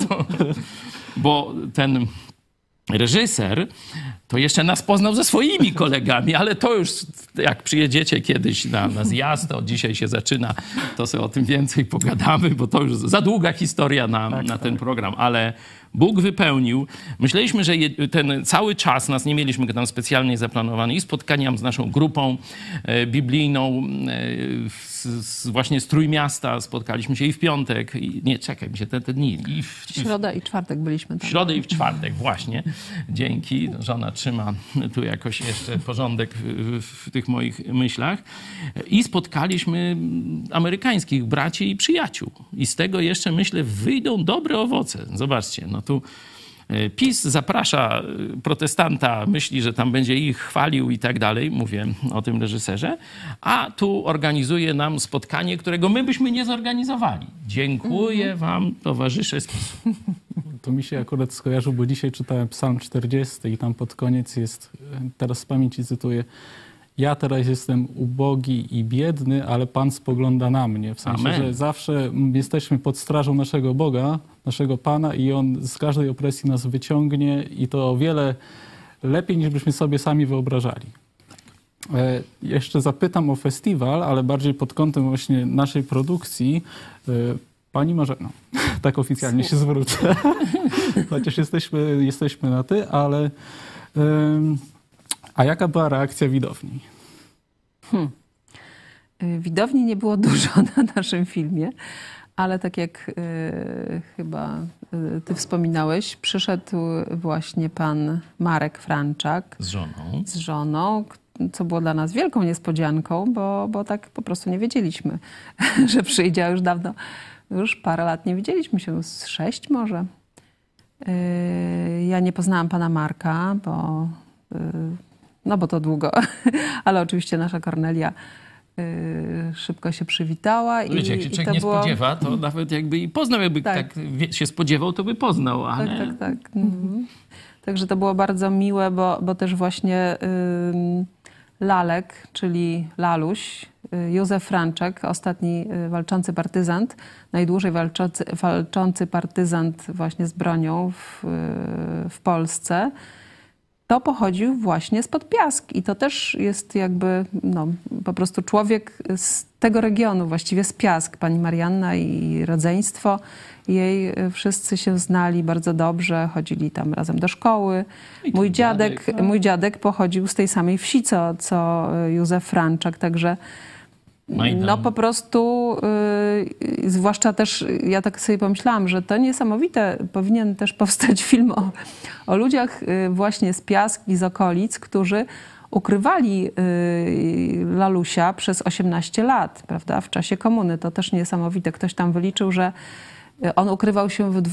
Bo ten reżyser to jeszcze nas poznał ze swoimi kolegami, ale to już jak przyjedziecie kiedyś na zjazd, to dzisiaj się zaczyna, to sobie o tym więcej pogadamy, bo to już za długa historia na ten program, ale Bóg wypełnił. Myśleliśmy, że ten cały czas, nas nie mieliśmy tam specjalnie zaplanowany i spotkania z naszą grupą biblijną właśnie z Trójmiasta, spotkaliśmy się i w piątek, czekaj, mi się te dni.
W środę i czwartek byliśmy tam.
W środę i w czwartek, właśnie. Dzięki. Żona trzyma tu jakoś jeszcze porządek w tych moich myślach. I spotkaliśmy amerykańskich braci i przyjaciół. I z tego jeszcze, myślę, wyjdą dobre owoce. Zobaczcie, no tu PiS zaprasza protestanta, myśli, że tam będzie ich chwalił i tak dalej. Mówię o tym reżyserze. A tu organizuje nam spotkanie, którego my byśmy nie zorganizowali. Dziękuję wam, towarzysze z PiS-u.
To mi się akurat skojarzył, bo dzisiaj czytałem Psalm 40 i tam pod koniec jest, teraz z pamięci cytuję, ja teraz jestem ubogi i biedny, ale Pan spogląda na mnie. W sensie, że zawsze jesteśmy pod strażą naszego Boga, naszego Pana i On z każdej opresji nas wyciągnie i to o wiele lepiej, niż byśmy sobie sami wyobrażali. Jeszcze zapytam o festiwal, ale bardziej pod kątem właśnie naszej produkcji. Pani Marzeno, tak oficjalnie się zwrócę, chociaż jesteśmy na ty, ale... A jaka była reakcja widowni?
Widowni nie było dużo na naszym filmie, ale tak jak chyba ty wspominałeś, przyszedł właśnie pan Marek Franczak z żoną, co było dla nas wielką niespodzianką, bo tak po prostu nie wiedzieliśmy, że przyjdzie, a już dawno, już parę lat nie widzieliśmy się, z 6 może. Ja nie poznałam pana Marka, bo to długo, ale oczywiście nasza Kornelia szybko się przywitała.
Wiecie, jak się człowiek nie spodziewa, to nawet jakby i poznał, jakby tak się spodziewał, to by poznał. A nie?
Tak. Także to było bardzo miłe, bo też właśnie Lalek, czyli Laluś, Józef Franczak, ostatni walczący partyzant, najdłużej walczący partyzant właśnie z bronią w Polsce, to pochodził właśnie spod Piask. I to też jest jakby po prostu człowiek z tego regionu, właściwie z Piask. Pani Marianna i rodzeństwo jej wszyscy się znali bardzo dobrze, chodzili tam razem do szkoły. Mój dziadek pochodził z tej samej wsi, co Józef Franczak, także po prostu, zwłaszcza też, ja tak sobie pomyślałam, że to niesamowite, powinien też powstać film o ludziach właśnie z Piask i z okolic, którzy ukrywali Lalusia przez 18 lat, prawda, w czasie komuny. To też niesamowite. Ktoś tam wyliczył, że on ukrywał się w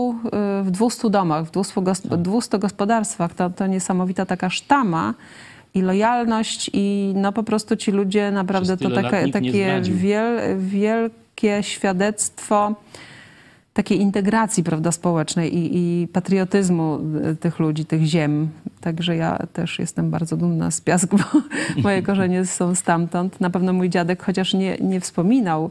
200 domach, w 200 gospodarstwach. To niesamowita taka sztama i lojalność i no po prostu ci ludzie naprawdę to takie wielkie świadectwo takiej integracji, prawda, społecznej i patriotyzmu tych ludzi, tych ziem. Także ja też jestem bardzo dumna z Piasku, bo moje korzenie są stamtąd. Na pewno mój dziadek, chociaż nie wspominał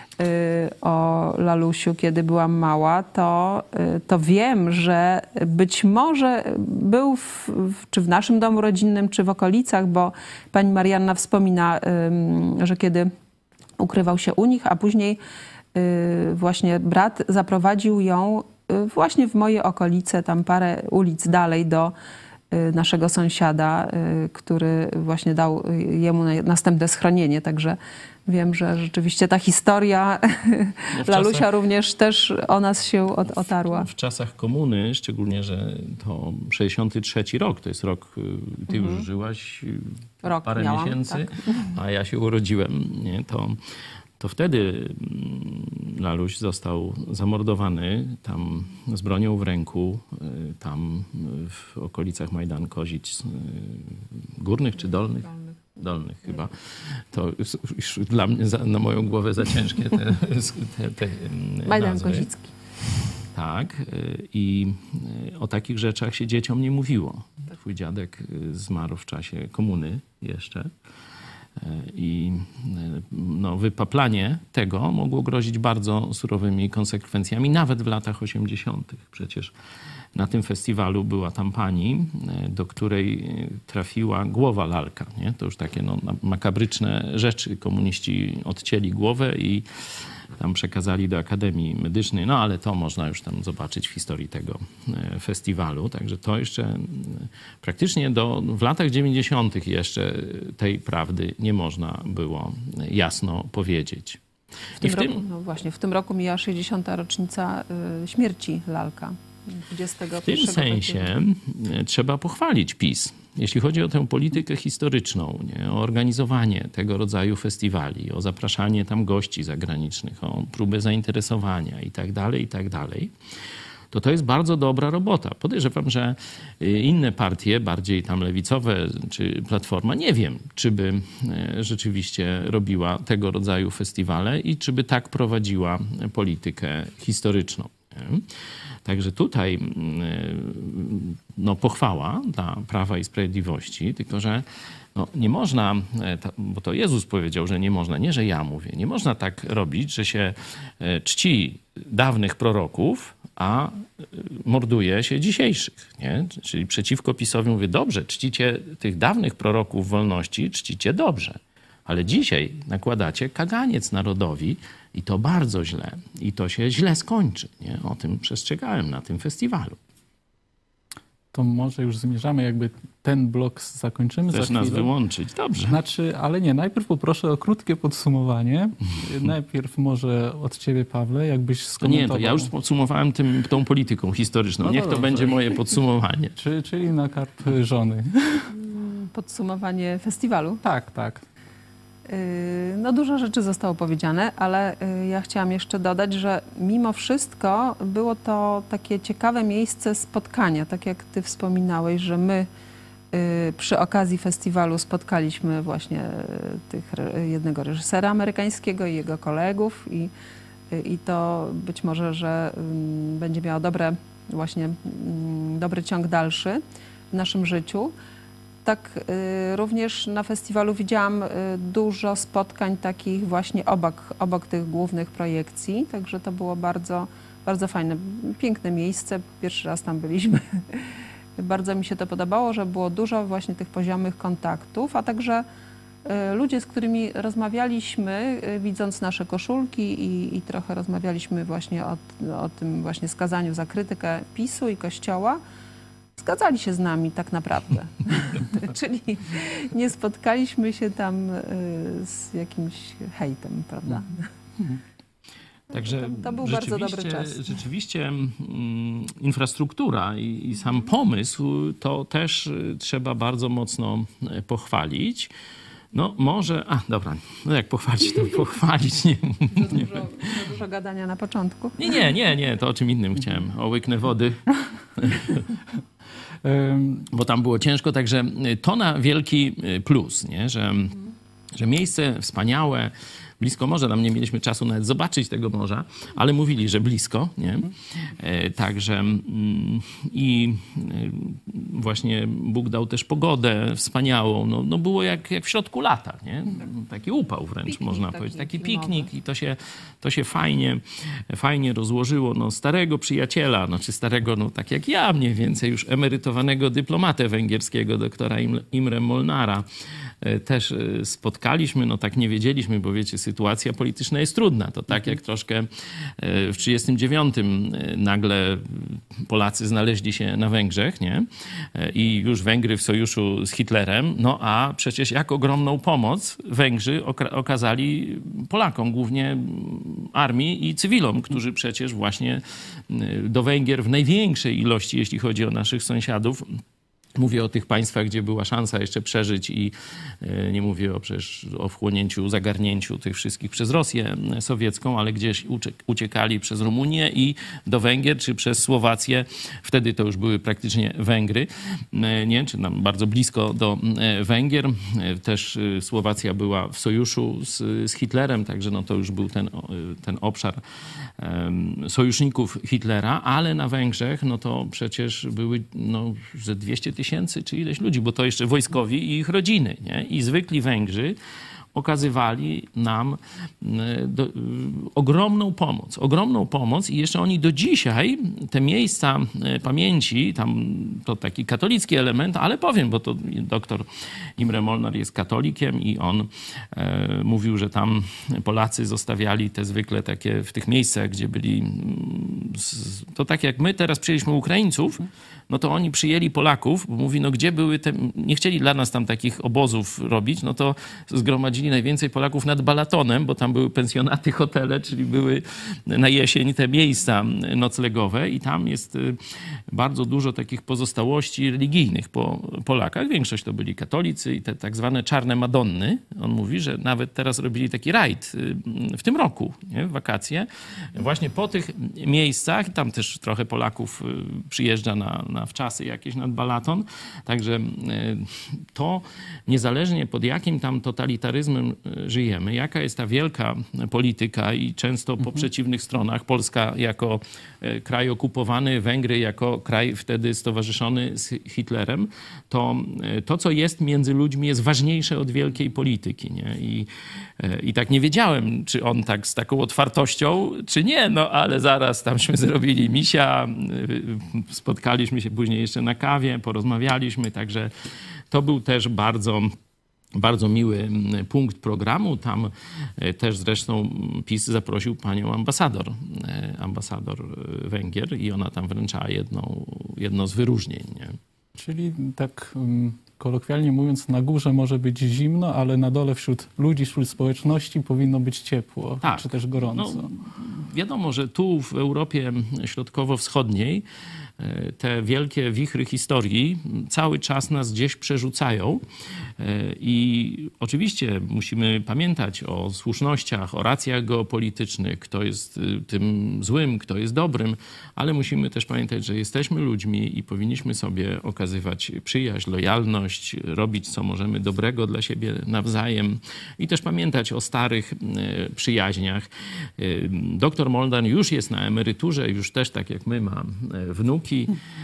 o Lalusiu, kiedy byłam mała, to wiem, że być może był czy w naszym domu rodzinnym, czy w okolicach, bo pani Marianna wspomina, że kiedy ukrywał się u nich, a później właśnie brat zaprowadził ją właśnie w moje okolice, tam parę ulic dalej do naszego sąsiada, który właśnie dał jemu następne schronienie. Także wiem, że rzeczywiście ta historia Lalusia również też o nas się otarła.
W czasach komuny, szczególnie, że to 63 rok, to jest rok, ty już żyłaś parę miesięcy, tak. A ja się urodziłem, nie? To wtedy Laluś został zamordowany tam z bronią w ręku, tam w okolicach Majdan-Kozic, Górnych czy Dolnych? Dolnych chyba. To już dla mnie, na moją głowę za ciężkie te
Majdan
nazwy.
Kozicki.
Tak. I o takich rzeczach się dzieciom nie mówiło. Twój dziadek zmarł w czasie komuny jeszcze. I no, wypaplanie tego mogło grozić bardzo surowymi konsekwencjami, nawet w latach 80. Przecież na tym festiwalu była tam pani, do której trafiła głowa lalka. Nie? To już takie no, makabryczne rzeczy. Komuniści odcięli głowę i tam przekazali do Akademii Medycznej. No ale to można już tam zobaczyć w historii tego festiwalu. Także to jeszcze praktycznie w latach 90. jeszcze tej prawdy nie można było jasno powiedzieć.
W tym roku mija 60. rocznica śmierci lalka.
W tym sensie trzeba pochwalić PiS. Jeśli chodzi o tę politykę historyczną, nie, o organizowanie tego rodzaju festiwali, o zapraszanie tam gości zagranicznych, o próbę zainteresowania i tak dalej, to jest bardzo dobra robota. Podejrzewam, że inne partie, bardziej tam lewicowe, czy Platforma, nie wiem, czy by rzeczywiście robiła tego rodzaju festiwale i czy by tak prowadziła politykę historyczną. Nie? Także tutaj no, pochwała dla Prawa i Sprawiedliwości, tylko że no, nie można, bo to Jezus powiedział, że nie można, nie że ja mówię, nie można tak robić, że się czci dawnych proroków, a morduje się dzisiejszych. Nie? Czyli przeciwko PiS-owi mówię, dobrze, czcicie tych dawnych proroków wolności, czcicie dobrze. Ale dzisiaj nakładacie kaganiec narodowi i to bardzo źle. I to się źle skończy. Nie? O tym przestrzegałem na tym festiwalu.
To może już zmierzamy, jakby ten blok zakończymy.
Chcesz nas wyłączyć? Dobrze.
Znaczy, ale nie, najpierw poproszę o krótkie podsumowanie. Najpierw może od ciebie, Pawle, jakbyś skomentował.
Nie, to ja już podsumowałem tą polityką historyczną. No niech to będzie moje podsumowanie.
Czyli na karp żony.
Podsumowanie festiwalu?
Tak.
No dużo rzeczy zostało powiedziane, ale ja chciałam jeszcze dodać, że mimo wszystko było to takie ciekawe miejsce spotkania, tak jak ty wspominałeś, że my przy okazji festiwalu spotkaliśmy właśnie jednego reżysera amerykańskiego i jego kolegów i to być może, że będzie miało dobry ciąg dalszy w naszym życiu. Tak, również na festiwalu widziałam dużo spotkań takich właśnie obok tych głównych projekcji, także to było bardzo, bardzo fajne, piękne miejsce. Pierwszy raz tam byliśmy. Bardzo mi się to podobało, że było dużo właśnie tych poziomych kontaktów, a także ludzie, z którymi rozmawialiśmy, widząc nasze koszulki i trochę rozmawialiśmy właśnie o tym właśnie skazaniu za krytykę PiS-u i Kościoła, zgadzali się z nami tak naprawdę. Czyli nie spotkaliśmy się tam z jakimś hejtem, prawda?
Także
to był bardzo dobry czas.
Rzeczywiście infrastruktura i sam pomysł to też trzeba bardzo mocno pochwalić. No może, dobra, no jak pochwalić, to pochwalić. Nie,
za dużo gadania na początku.
Nie, to o czym innym chciałem. O łyknę wody. Bo tam było ciężko, także to na wielki plus, nie? Że miejsce wspaniałe, blisko morza. Tam nie mieliśmy czasu nawet zobaczyć tego morza, ale mówili, że blisko, nie? Także i właśnie Bóg dał też pogodę wspaniałą. No było jak w środku lata, nie? Taki upał wręcz, piknik, można powiedzieć. Taki piknik i to się fajnie rozłożyło. No starego przyjaciela, czy starego, tak jak ja mniej więcej, już emerytowanego dyplomatę węgierskiego, doktora Imre Molnara, też spotkaliśmy, tak nie wiedzieliśmy, bo wiecie, sytuacja polityczna jest trudna. To tak jak troszkę w 1939 nagle Polacy znaleźli się na Węgrzech, nie? I już Węgry w sojuszu z Hitlerem, a przecież jak ogromną pomoc Węgrzy okazali Polakom, głównie armii i cywilom, którzy przecież właśnie do Węgier w największej ilości, jeśli chodzi o naszych sąsiadów, mówię o tych państwach, gdzie była szansa jeszcze przeżyć i nie mówię przecież o wchłonięciu, zagarnięciu tych wszystkich przez Rosję sowiecką, ale gdzieś uciekali przez Rumunię i do Węgier, czy przez Słowację. Wtedy to już były praktycznie Węgry, nie? Czy nam bardzo blisko do Węgier. Też Słowacja była w sojuszu z Hitlerem, także to już był ten obszar sojuszników Hitlera, ale na Węgrzech to przecież były ze 200 000 czy ileś ludzi, bo to jeszcze wojskowi i ich rodziny, nie? I zwykli Węgrzy okazywali nam ogromną pomoc i jeszcze oni do dzisiaj te miejsca pamięci, tam to taki katolicki element, ale powiem, bo to doktor Imre Molnar jest katolikiem i on mówił, że tam Polacy zostawiali te zwykle takie w tych miejscach, gdzie byli, to tak jak my teraz przyjęliśmy Ukraińców, to oni przyjęli Polaków, bo mówi, gdzie były te, nie chcieli dla nas tam takich obozów robić, to zgromadzili najwięcej Polaków nad Balatonem, bo tam były pensjonaty, hotele, czyli były na jesień te miejsca noclegowe i tam jest bardzo dużo takich pozostałości religijnych po Polakach. Większość to byli katolicy i te tak zwane czarne Madonny. On mówi, że nawet teraz robili taki rajd w tym roku, nie? W wakacje, właśnie po tych miejscach. I tam też trochę Polaków przyjeżdża na wczasy jakieś nad Balaton. Także to niezależnie pod jakim tam totalitaryzmem żyjemy, jaka jest ta wielka polityka i często po przeciwnych stronach, Polska jako kraj okupowany, Węgry jako kraj wtedy stowarzyszony z Hitlerem, to co jest między ludźmi jest ważniejsze od wielkiej polityki, nie? I tak nie wiedziałem, czy on tak z taką otwartością, czy nie, ale zaraz tamśmy zrobili misia, spotkaliśmy się później jeszcze na kawie, porozmawialiśmy, także to był też bardzo miły punkt programu. Tam też zresztą PiS zaprosił panią ambasador Węgier i ona tam wręczała jedno z wyróżnień. Nie?
Czyli tak kolokwialnie mówiąc, na górze może być zimno, ale na dole wśród ludzi, wśród społeczności powinno być ciepło, czy też gorąco.
Wiadomo, że tu w Europie Środkowo-Wschodniej te wielkie wichry historii cały czas nas gdzieś przerzucają i oczywiście musimy pamiętać o słusznościach, o racjach geopolitycznych, kto jest tym złym, kto jest dobrym, ale musimy też pamiętać, że jesteśmy ludźmi i powinniśmy sobie okazywać przyjaźń, lojalność, robić co możemy dobrego dla siebie nawzajem i też pamiętać o starych przyjaźniach. Doktor Molnar już jest na emeryturze, już też tak jak my ma wnuki.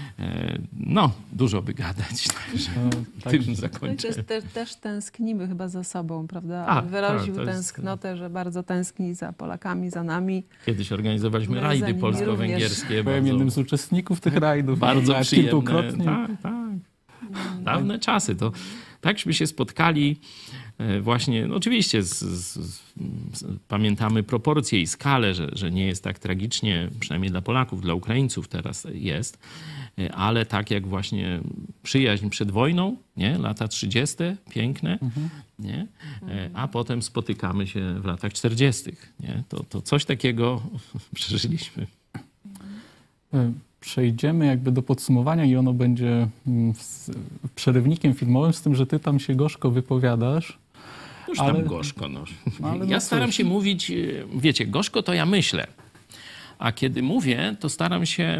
Dużo by gadać, także tym zakończę.
Też tęsknimy chyba za sobą, prawda? Wyraził tęsknotę, że bardzo tęskni za Polakami, za nami.
Kiedyś organizowaliśmy rajdy polsko-węgierskie.
Byłem jednym z uczestników tych rajdów.
Bardzo przyjemne. Tak. Dawne czasy. To takśmy się spotkali właśnie, no oczywiście pamiętamy proporcje i skalę, że nie jest tak tragicznie, przynajmniej dla Polaków, dla Ukraińców teraz jest, ale tak jak właśnie przyjaźń przed wojną, nie? Lata 30. piękne, nie? A potem spotykamy się w latach 40. Nie? To coś takiego przeżyliśmy.
Przejdziemy jakby do podsumowania i ono będzie przerywnikiem filmowym, z tym, że ty tam się gorzko wypowiadasz.
Już tam gorzko. No. Ja staram się mówić, wiecie, gorzko to ja myślę. A kiedy mówię, to staram się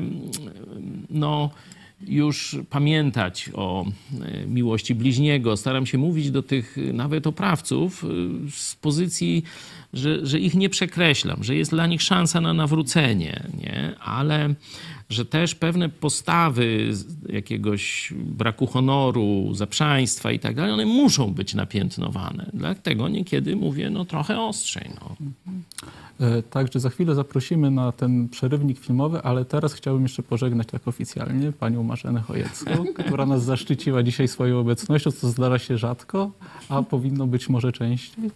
już pamiętać o miłości bliźniego. Staram się mówić do tych nawet oprawców z pozycji, że ich nie przekreślam, że jest dla nich szansa na nawrócenie, nie? Ale że też pewne postawy jakiegoś braku honoru, zaprzaństwa i tak dalej, one muszą być napiętnowane. Dlatego niekiedy mówię trochę ostrzej.
Także za chwilę zaprosimy na ten przerywnik filmowy, ale teraz chciałbym jeszcze pożegnać tak oficjalnie panią Marzenę Chojecką, która nas zaszczyciła dzisiaj swoją obecnością, co zdarza się rzadko, a powinno być może częściej.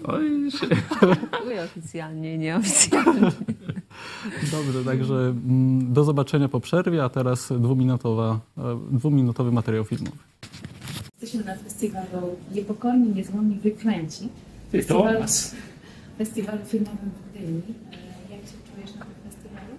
Oficjalnie, nieoficjalnie.
Dobrze, także do zobaczenia po przerwie, a teraz dwuminutowy materiał filmowy.
Jesteśmy na festiwalu Niepokorni, Niezłomni, Wyklęci. Festiwalu filmowym w Gdyni. Jak się czujesz na tym festiwalu?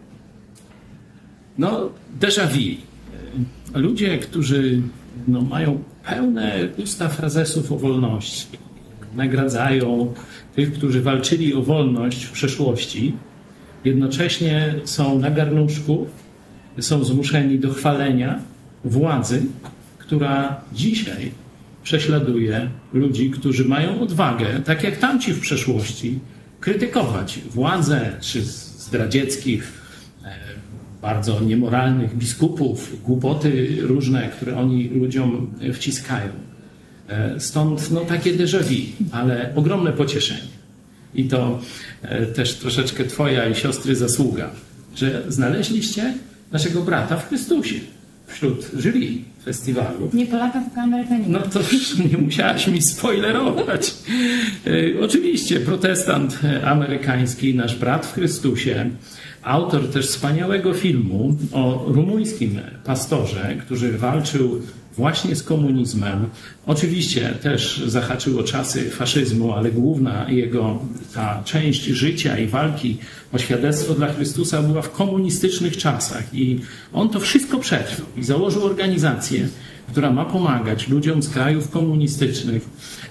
Déjà vu. Ludzie, którzy mają pełne usta frazesów o wolności, nagradzają tych, którzy walczyli o wolność w przeszłości, jednocześnie są na garnuszku, są zmuszeni do chwalenia władzy, która dzisiaj prześladuje ludzi, którzy mają odwagę, tak jak tamci w przeszłości, krytykować władzę czy zdradzieckich, bardzo niemoralnych biskupów, głupoty różne, które oni ludziom wciskają. Stąd takie déjà vu, ale ogromne pocieszenie. I to też troszeczkę twoja i siostry zasługa, że znaleźliście naszego brata w Chrystusie wśród jury festiwalu.
Nie Polaka, tylko Amerykanina.
To już nie musiałaś mi spoilerować. Oczywiście protestant amerykański, nasz brat w Chrystusie, autor też wspaniałego filmu o rumuńskim pastorze, który walczył właśnie z komunizmem. Oczywiście też zahaczył o czasy faszyzmu, ale główna jego ta część życia i walki o świadectwo dla Chrystusa była w komunistycznych czasach. I on to wszystko przetrwał i założył organizację, która ma pomagać ludziom z krajów komunistycznych,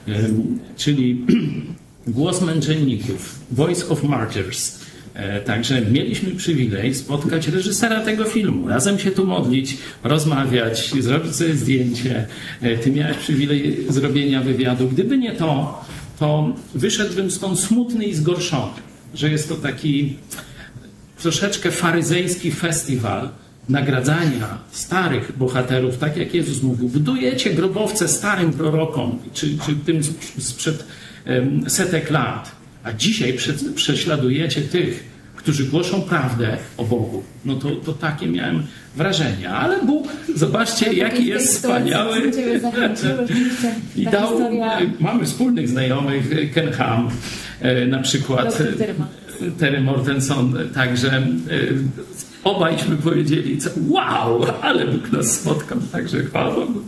czyli Głos Męczenników, Voice of Martyrs. Także mieliśmy przywilej spotkać reżysera tego filmu, razem się tu modlić, rozmawiać, zrobić sobie zdjęcie. Ty miałeś przywilej zrobienia wywiadu. Gdyby nie to wyszedłbym stąd smutny i zgorszony, że jest to taki troszeczkę faryzejski festiwal nagradzania starych bohaterów, tak jak Jezus mówił. Budujecie grobowce starym prorokom, czy tym sprzed setek lat, a dzisiaj prześladujecie tych, którzy głoszą prawdę o Bogu. To takie miałem wrażenie. Ale Bóg, zobaczcie, jaki jest wspaniały. I dał, mamy wspólnych znajomych, Ken Ham, na przykład Terry Mortenson, także obajśmy powiedzieli, wow, ale Bóg nas spotkał, także chwała Bogu.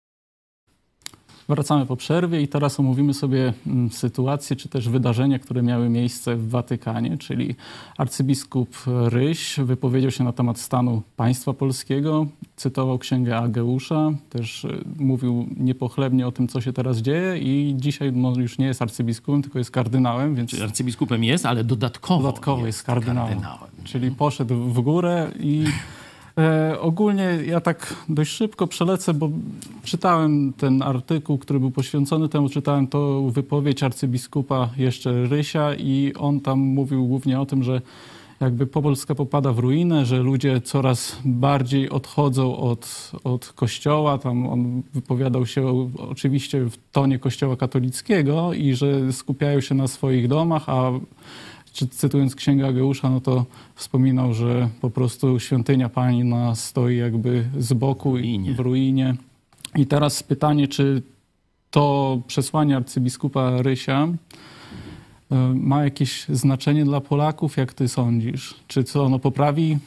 Wracamy po przerwie i teraz omówimy sobie sytuacje czy też wydarzenia, które miały miejsce w Watykanie, czyli arcybiskup Ryś wypowiedział się na temat stanu państwa polskiego, cytował księgę Ageusza, też mówił niepochlebnie o tym, co się teraz dzieje i dzisiaj już nie jest arcybiskupem, tylko jest kardynałem. Więc
czyli arcybiskupem jest, ale dodatkowo jest kardynałem.
Czyli poszedł w górę i ogólnie ja tak dość szybko przelecę, bo czytałem ten artykuł, który był poświęcony temu, czytałem tą wypowiedź arcybiskupa jeszcze Rysia i on tam mówił głównie o tym, że jakby Polska popada w ruinę, że ludzie coraz bardziej odchodzą od kościoła. Tam on wypowiadał się oczywiście w tonie kościoła katolickiego i że skupiają się na swoich domach, a cytując księgę Ageusza, to wspominał, że po prostu świątynia Pana stoi jakby z boku i w ruinie. I teraz pytanie, czy to przesłanie arcybiskupa Rysia ma jakieś znaczenie dla Polaków? Jak ty sądzisz? Czy co ono poprawi?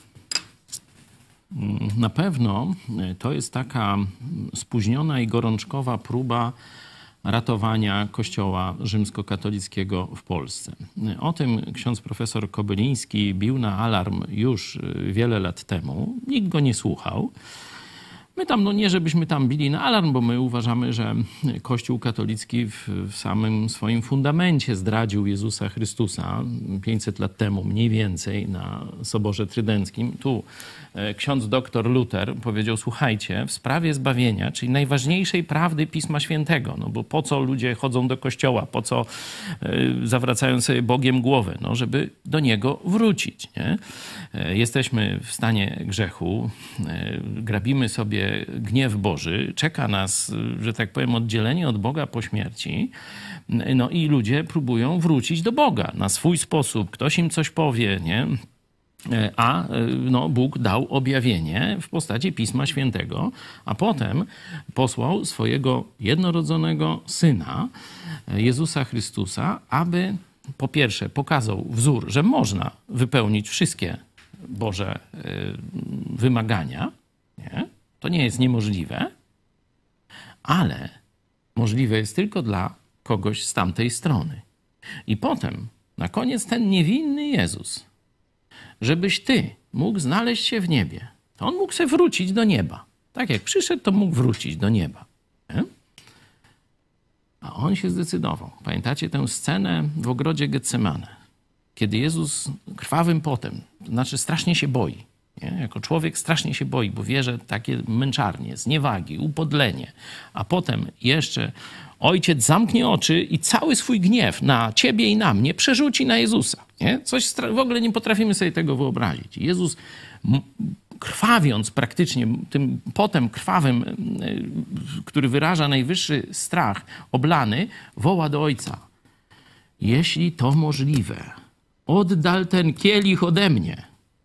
Na pewno to jest taka spóźniona i gorączkowa próba ratowania Kościoła rzymskokatolickiego w Polsce. O tym ksiądz profesor Kobyliński bił na alarm już wiele lat temu. Nikt go nie słuchał. My tam, no nie żebyśmy tam bili na alarm, bo my uważamy, że Kościół katolicki w samym swoim fundamencie zdradził Jezusa Chrystusa 500 lat temu, mniej więcej, na Soborze Trydenckim. Tu ksiądz doktor Luter powiedział, słuchajcie, w sprawie zbawienia, czyli najważniejszej prawdy Pisma Świętego, no bo po co ludzie chodzą do kościoła, po co zawracają sobie Bogiem głowę, no żeby do Niego wrócić, nie? Jesteśmy w stanie grzechu, grabimy sobie gniew Boży, czeka nas, że tak powiem, oddzielenie od Boga po śmierci, no i ludzie próbują wrócić do Boga na swój sposób, ktoś im coś powie, nie? A no, Bóg dał objawienie w postaci Pisma Świętego, a potem posłał swojego jednorodzonego Syna, Jezusa Chrystusa, aby po pierwsze pokazał wzór, że można wypełnić wszystkie Boże wymagania, nie? To nie jest niemożliwe, ale możliwe jest tylko dla kogoś z tamtej strony. I potem, na koniec, ten niewinny Jezus, żebyś ty mógł znaleźć się w niebie, to on mógł sobie wrócić do nieba. Tak jak przyszedł, to mógł wrócić do nieba. Nie? A on się zdecydował. Pamiętacie tę scenę w ogrodzie Getsemane, kiedy Jezus krwawym potem, to znaczy strasznie się boi. Nie? Jako człowiek strasznie się boi, bo wie, że takie męczarnie, zniewagi, upodlenie, a potem jeszcze Ojciec zamknie oczy i cały swój gniew na ciebie i na mnie przerzuci na Jezusa. Nie? Coś w ogóle nie potrafimy sobie tego wyobrazić. Jezus krwawiąc praktycznie, tym potem krwawym, który wyraża najwyższy strach, oblany, woła do Ojca. Jeśli to możliwe, oddal ten kielich ode mnie.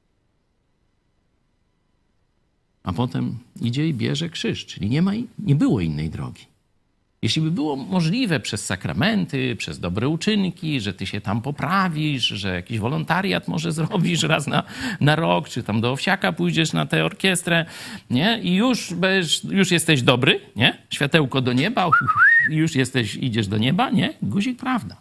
A potem idzie i bierze krzyż, czyli nie było innej drogi. Jeśli by było możliwe przez sakramenty, przez dobre uczynki, że ty się tam poprawisz, że jakiś wolontariat może zrobisz raz na rok, czy tam do Owsiaka pójdziesz na tę orkiestrę, nie? I już jesteś dobry, nie? Światełko do nieba, już idziesz do nieba, nie? Guzik prawda.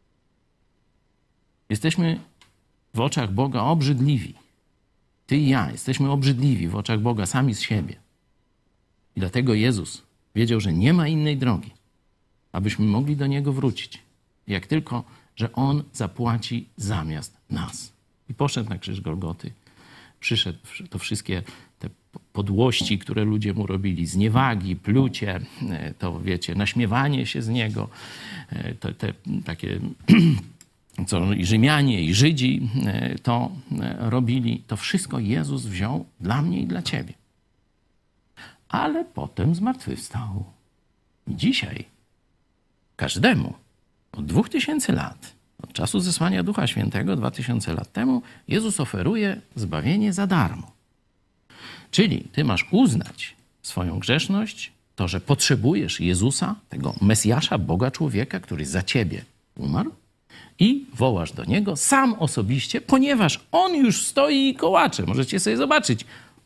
Jesteśmy w oczach Boga obrzydliwi. Ty i ja jesteśmy obrzydliwi w oczach Boga sami z siebie. I dlatego Jezus wiedział, że nie ma innej drogi, abyśmy mogli do Niego wrócić. Jak tylko, że On zapłaci zamiast nas. I poszedł na krzyż Golgoty. Przyszedł to wszystkie te podłości, które ludzie Mu robili, zniewagi, plucie, to wiecie, naśmiewanie się z Niego, te takie... co i Rzymianie, i Żydzi to robili, to wszystko Jezus wziął dla mnie i dla ciebie. Ale potem zmartwychwstał. I dzisiaj każdemu od 2000 lat, od czasu zesłania Ducha Świętego 2000 lat temu, Jezus oferuje zbawienie za darmo. Czyli ty masz uznać swoją grzeszność, to, że potrzebujesz Jezusa, tego Mesjasza, Boga człowieka, który za ciebie umarł, i wołasz do Niego sam osobiście, ponieważ On już stoi i kołacze. Możecie sobie zobaczyć.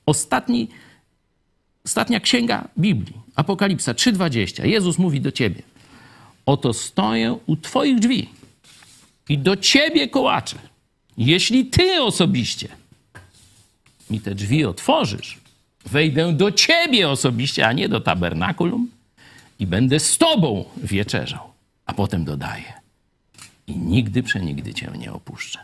Ostatnia księga Biblii, Apokalipsa 3:20. Jezus mówi do ciebie. Oto stoję u twoich drzwi i do ciebie kołaczę. Jeśli ty osobiście mi te drzwi otworzysz, wejdę do ciebie osobiście, a nie do tabernakulum i będę z tobą wieczerzał. A potem dodaję. I nigdy przenigdy cię nie opuszczę.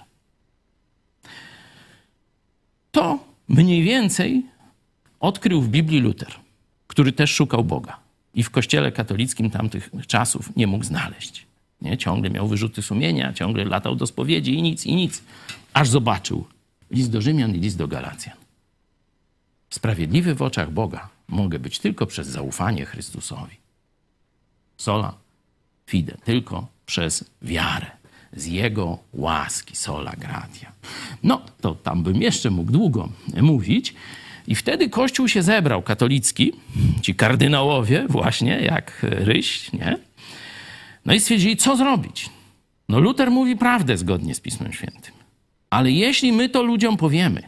To mniej więcej odkrył w Biblii Luter, który też szukał Boga. I w kościele katolickim tamtych czasów nie mógł znaleźć. Nie? Ciągle miał wyrzuty sumienia, ciągle latał do spowiedzi i nic. Aż zobaczył list do Rzymian i list do Galacjan. Sprawiedliwy w oczach Boga mogę być tylko przez zaufanie Chrystusowi. Sola fide, tylko przez wiarę. Z Jego łaski, sola gratia. No, to tam bym jeszcze mógł długo mówić. I wtedy Kościół się zebrał, katolicki, ci kardynałowie właśnie, jak Ryś, nie? No i stwierdzili, co zrobić? No Luter mówi prawdę zgodnie z Pismem Świętym. Ale jeśli my to ludziom powiemy,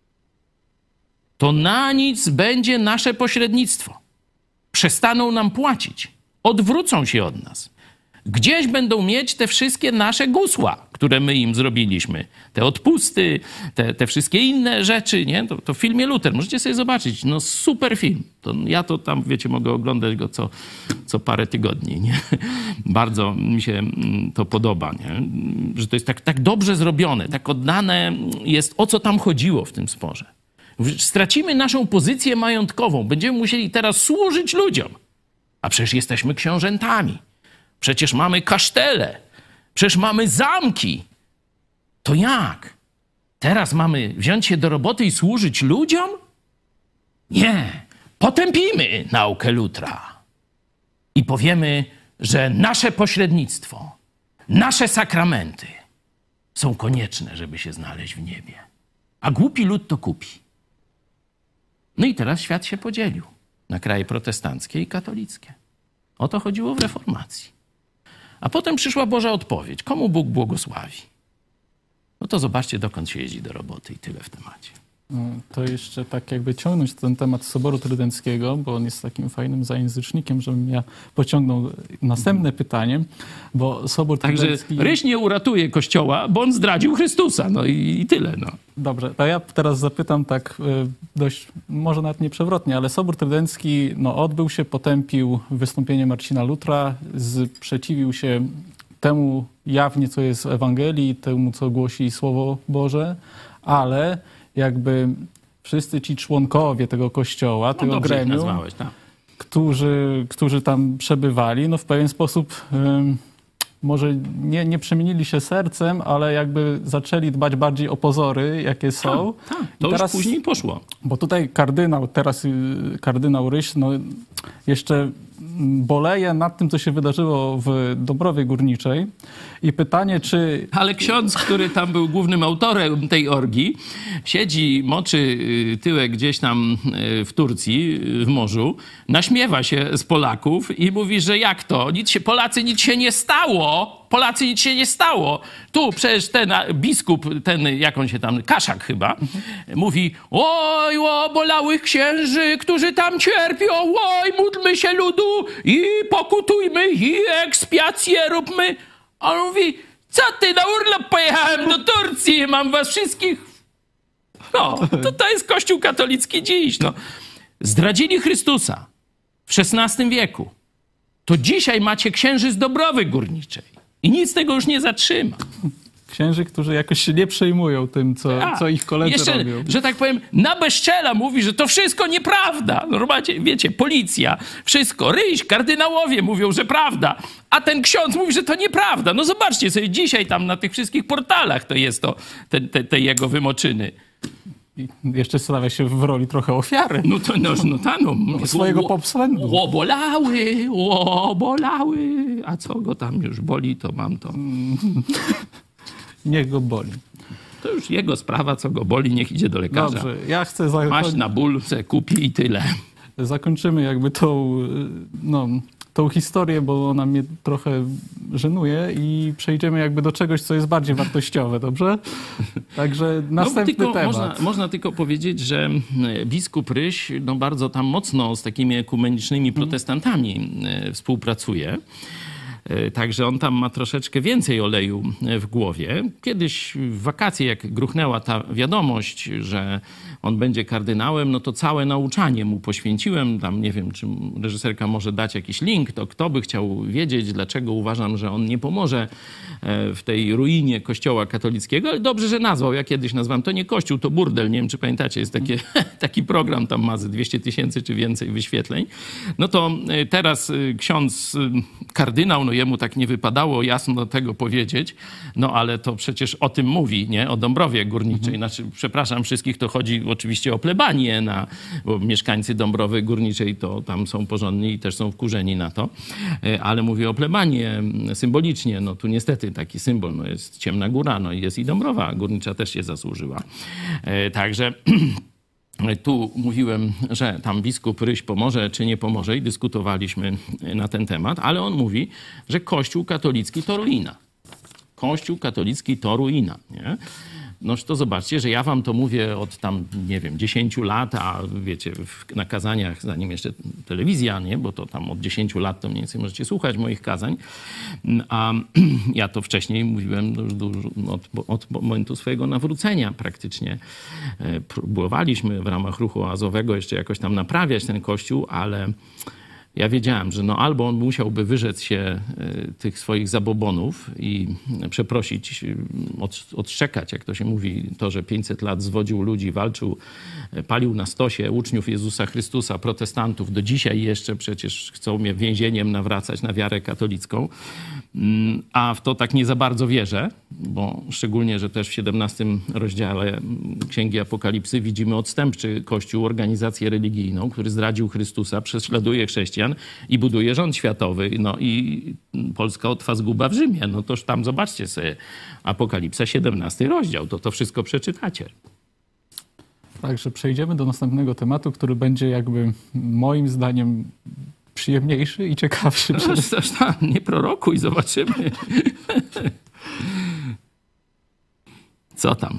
to na nic będzie nasze pośrednictwo. Przestaną nam płacić. Odwrócą się od nas. Gdzieś będą mieć te wszystkie nasze gusła, które my im zrobiliśmy. Te odpusty, te wszystkie inne rzeczy, nie? To w filmie Luter. Możecie sobie zobaczyć. No super film. Ja to tam, wiecie, mogę oglądać go co parę tygodni, nie? Bardzo mi się to podoba, nie? Że to jest tak dobrze zrobione, tak oddane jest, o co tam chodziło w tym sporze. Stracimy naszą pozycję majątkową. Będziemy musieli teraz służyć ludziom. A przecież jesteśmy książętami. Przecież mamy kasztele. Przecież mamy zamki. To jak? Teraz mamy wziąć się do roboty i służyć ludziom? Nie. Potępimy naukę Lutra. I powiemy, że nasze pośrednictwo, nasze sakramenty są konieczne, żeby się znaleźć w niebie. A głupi lud to kupi. No i teraz świat się podzielił na kraje protestanckie i katolickie. O to chodziło w reformacji. A potem przyszła Boża odpowiedź. Komu Bóg błogosławi? No to zobaczcie, dokąd się jeździ do roboty i tyle w temacie.
To jeszcze tak jakby ciągnąć ten temat Soboru Trydenckiego, bo on jest takim fajnym zajęzycznikiem, żebym ja pociągnął następne pytanie, bo Sobor Trydencki...
Także Ryś nie uratuje Kościoła, bo on zdradził Chrystusa, no i tyle, no.
Dobrze, to ja teraz zapytam tak dość, może nawet nie przewrotnie, ale Sobór Trydencki odbył się, potępił wystąpienie Marcina Lutra, sprzeciwił się temu jawnie, co jest w Ewangelii, temu, co głosi Słowo Boże, ale jakby wszyscy ci członkowie tego kościoła, tego gremium,
nazwałeś, tak,
którzy tam przebywali, w pewien sposób może nie przemienili się sercem, ale jakby zaczęli dbać bardziej o pozory, jakie są.
Tak, to teraz, już później poszło.
Bo tutaj kardynał Ryś, jeszcze boleje nad tym, co się wydarzyło w Dąbrowie Górniczej. I pytanie, czy...
Ale ksiądz, który tam był głównym autorem tej orgii, siedzi, moczy tyłek gdzieś tam w Turcji, w morzu, naśmiewa się z Polaków i mówi, że jak to? Polacy, nic się nie stało! Polacy, nic się nie stało. Tu przecież ten biskup, jak on się tam, Kaszak chyba, mówi, oj, obolałych księży, którzy tam cierpią, oj, módlmy się ludu i pokutujmy i ekspiację róbmy. A on mówi, co ty, na urlop pojechałem do Turcji, mam was wszystkich. To jest Kościół katolicki dziś, Zdradzili Chrystusa w XVI wieku. To dzisiaj macie księży z Dąbrowy Górniczej. I nic tego już nie zatrzyma.
Księży, którzy jakoś się nie przejmują tym, co ich koledzy robią.
Że tak powiem, na bezczela mówi, że to wszystko nieprawda. Normalnie, wiecie, policja, wszystko, Ryś, kardynałowie mówią, że prawda. A ten ksiądz mówi, że to nieprawda. Zobaczcie sobie, dzisiaj tam na tych wszystkich portalach to jest te jego wymoczyny.
I jeszcze stawia się w roli trochę ofiary.
Swojego popsłędu. Bolały. A co go tam już boli, to mam to.
Niech go boli.
To już jego sprawa, co go boli, niech idzie do lekarza.
Dobrze, ja chcę...
Maść na ból, se kupi i tyle.
Zakończymy jakby tą historię, bo ona mnie trochę żenuje i przejdziemy jakby do czegoś, co jest bardziej wartościowe, dobrze? Także następny temat.
Można tylko powiedzieć, że biskup Ryś bardzo tam mocno z takimi ekumenicznymi protestantami współpracuje. Także on tam ma troszeczkę więcej oleju w głowie. Kiedyś w wakacje, jak gruchnęła ta wiadomość, że on będzie kardynałem, to całe nauczanie mu poświęciłem. Tam nie wiem, czy reżyserka może dać jakiś link, to kto by chciał wiedzieć, dlaczego uważam, że on nie pomoże w tej ruinie kościoła katolickiego. Ale dobrze, że nazwał. Ja kiedyś nazwałem, to nie kościół, to burdel. Nie wiem, czy pamiętacie, jest taki program, tam ma ze 200 000 czy więcej wyświetleń. To teraz ksiądz kardynał, jemu tak nie wypadało jasno tego powiedzieć, ale to przecież o tym mówi, nie? O Dąbrowie Górniczej. Znaczy, przepraszam wszystkich, to chodzi oczywiście o plebanię, bo mieszkańcy Dąbrowy Górniczej to tam są porządni i też są wkurzeni na to, ale mówię o plebanię symbolicznie. Tu niestety taki symbol, jest Ciemna Góra, jest i Dąbrowa Górnicza też się zasłużyła. Także Tu mówiłem, że tam biskup Ryś pomoże czy nie pomoże i dyskutowaliśmy na ten temat, ale on mówi, że Kościół katolicki to ruina. Kościół katolicki to ruina, nie? Noż to zobaczcie, że ja wam to mówię od tam, nie wiem, 10 lat, a wiecie, na kazaniach, zanim jeszcze telewizja, nie? Bo to tam od 10 lat to mniej więcej możecie słuchać moich kazań. A ja to wcześniej mówiłem od momentu swojego nawrócenia praktycznie. Próbowaliśmy w ramach ruchu oazowego jeszcze jakoś tam naprawiać ten kościół, ale ja wiedziałem, że no albo on musiałby wyrzec się tych swoich zabobonów i przeprosić, odszczekać, jak to się mówi, to, że 500 lat zwodził ludzi, walczył, palił na stosie uczniów Jezusa Chrystusa, protestantów. Do dzisiaj jeszcze przecież chcą mnie więzieniem nawracać na wiarę katolicką. A w to tak nie za bardzo wierzę, bo szczególnie, że też w 17 rozdziale Księgi Apokalipsy widzimy odstępczy kościół, organizację religijną, który zdradził Chrystusa, prześladuje chrześcijan i buduje rząd światowy. No i Polska otwa zguba w Rzymie. No toż tam zobaczcie sobie Apokalipsa, 17 rozdział, to wszystko przeczytacie.
Także przejdziemy do następnego tematu, który będzie jakby moim zdaniem przyjemniejszy i ciekawszy.
Nie prorokuj, zobaczymy. Co tam?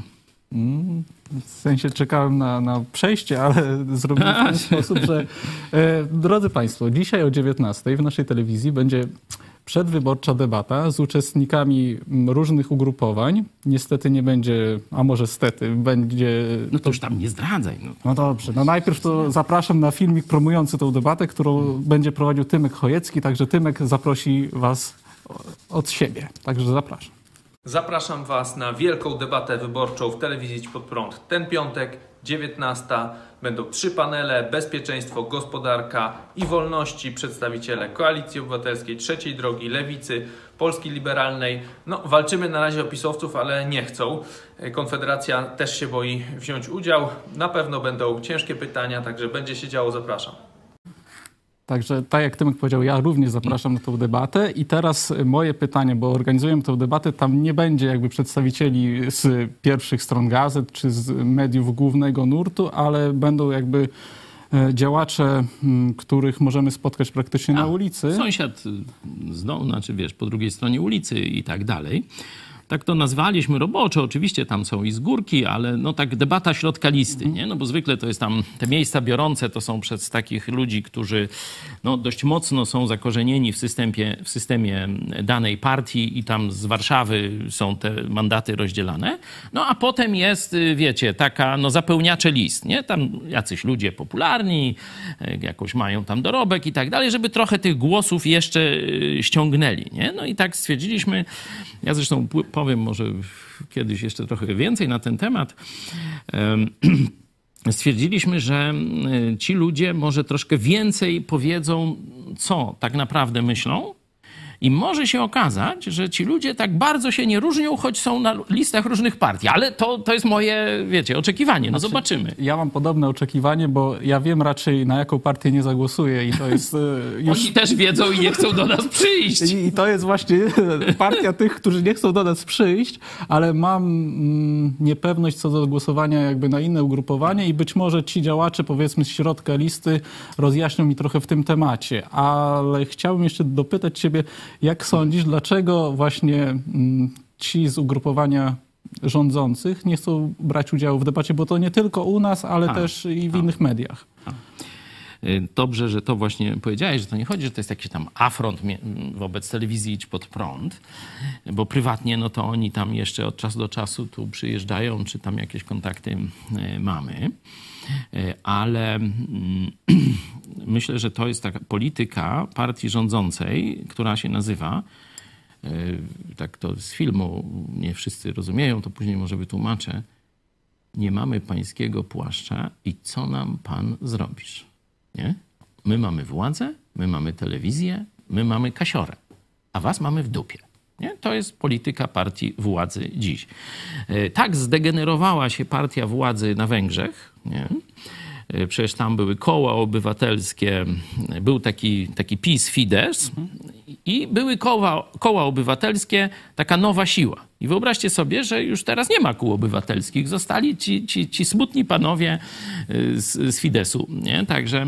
W sensie czekałem na przejście, ale zrobimy w ten sposób, że drodzy Państwo, dzisiaj o 19:00 w naszej telewizji będzie przedwyborcza debata z uczestnikami różnych ugrupowań. Niestety nie będzie, a może stety, będzie...
No to już tam nie zdradzaj.
No dobrze, no najpierw to zapraszam na filmik promujący tę debatę, którą będzie prowadził Tymek Chojecki, także Tymek zaprosi Was od siebie, także zapraszam.
Zapraszam Was na wielką debatę wyborczą w telewizji Idź Pod Prąd. Ten piątek, 19:00, będą 3 panele: bezpieczeństwo, gospodarka i wolności. Przedstawiciele Koalicji Obywatelskiej, Trzeciej Drogi, Lewicy, Polski Liberalnej. No, walczymy na razie o pisowców, ale nie chcą. Konfederacja też się boi wziąć udział. Na pewno będą ciężkie pytania, także będzie się działo. Zapraszam.
Także tak jak Tymek powiedział, ja również zapraszam na tę debatę i teraz moje pytanie, bo organizujemy tę debatę, tam nie będzie jakby przedstawicieli z pierwszych stron gazet czy z mediów głównego nurtu, ale będą jakby działacze, których możemy spotkać praktycznie na ulicy.
Sąsiad z domu, znaczy wiesz, po drugiej stronie ulicy i tak dalej. Tak to nazwaliśmy roboczo, oczywiście tam są i z górki, ale no tak debata środka listy, nie? No bo zwykle to jest tam, te miejsca biorące to są przez takich ludzi, którzy no dość mocno są zakorzenieni w systemie danej partii i tam z Warszawy są te mandaty rozdzielane. No a potem jest, wiecie, taka no zapełniacze list, nie? Tam jacyś ludzie popularni, jakoś mają tam dorobek i tak dalej, żeby trochę tych głosów jeszcze ściągnęli, nie? No i tak stwierdziliśmy, ja zresztą powiem może kiedyś jeszcze trochę więcej na ten temat. Stwierdziliśmy, że ci ludzie może troszkę więcej powiedzą, co tak naprawdę myślą. I może się okazać, że ci ludzie tak bardzo się nie różnią, choć są na listach różnych partii. Ale to jest moje, wiecie, oczekiwanie. No zobaczymy.
Ja mam podobne oczekiwanie, bo ja wiem raczej, na jaką partię nie zagłosuję i to jest już...
Oni też wiedzą i nie chcą do nas przyjść.
I to jest właśnie partia tych, którzy nie chcą do nas przyjść, ale mam niepewność co do głosowania jakby na inne ugrupowanie i być może ci działacze, powiedzmy z środka listy, rozjaśnią mi trochę w tym temacie. Ale chciałbym jeszcze dopytać ciebie, jak sądzisz, dlaczego właśnie ci z ugrupowania rządzących nie chcą brać udziału w debacie, bo to nie tylko u nas, ale też i w innych mediach.
Dobrze, że to właśnie powiedziałeś, że to nie chodzi, że to jest jakiś tam afront wobec telewizji Idź Pod Prąd, bo prywatnie no to oni tam jeszcze od czasu do czasu tu przyjeżdżają, czy tam jakieś kontakty mamy. Ale myślę, że to jest taka polityka partii rządzącej, która się nazywa, tak to z filmu nie wszyscy rozumieją, to później może wytłumaczę: nie mamy pańskiego płaszcza i co nam pan zrobisz? Nie? My mamy władzę, my mamy telewizję, my mamy kasiorę, a was mamy w dupie. Nie? To jest polityka partii władzy dziś. Tak zdegenerowała się partia władzy na Węgrzech. Nie? Przecież tam były koła obywatelskie, był taki PiS, Fidesz i były koła obywatelskie, taka nowa siła. I wyobraźcie sobie, że już teraz nie ma kół obywatelskich. Zostali ci smutni panowie z Fidesu. Nie? Także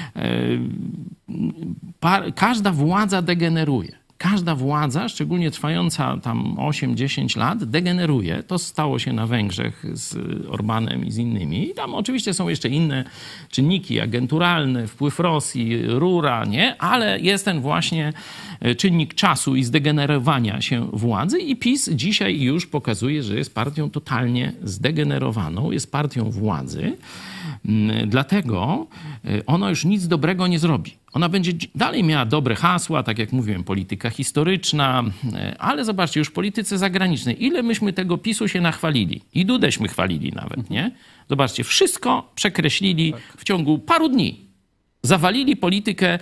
każda władza degeneruje. Każda władza, szczególnie trwająca tam 8-10 lat, degeneruje. To stało się na Węgrzech z Orbánem i z innymi. I tam oczywiście są jeszcze inne czynniki agenturalne, wpływ Rosji, rura, nie? Ale jest ten właśnie czynnik czasu i zdegenerowania się władzy. I PiS dzisiaj już pokazuje, że jest partią totalnie zdegenerowaną, jest partią władzy. Dlatego ona już nic dobrego nie zrobi. Ona będzie dalej miała dobre hasła, tak jak mówiłem, polityka historyczna, ale zobaczcie, już w polityce zagranicznej, ile myśmy tego PiS-u się nachwalili. I Dudeśmy chwalili nawet, nie? Zobaczcie, wszystko przekreślili w ciągu paru dni. Zawalili politykę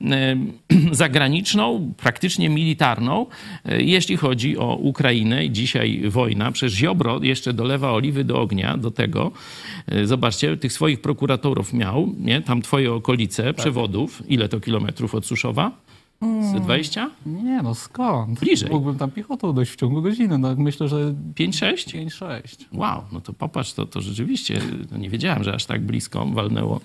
zagraniczną, praktycznie militarną, jeśli chodzi o Ukrainę. I dzisiaj wojna. Przecież Ziobro jeszcze dolewa oliwy do ognia do tego. Zobaczcie, tych swoich prokuratorów miał, nie? Tam twoje okolice, przewodów. Ile to kilometrów od Suszowa? Z 20?
Nie, no skąd?
Bliżej.
Mógłbym tam piechotą dojść w ciągu godziny. No myślę, że
5-6?
5-6.
Wow, no to popatrz, to rzeczywiście, nie wiedziałem, że aż tak blisko walnęło.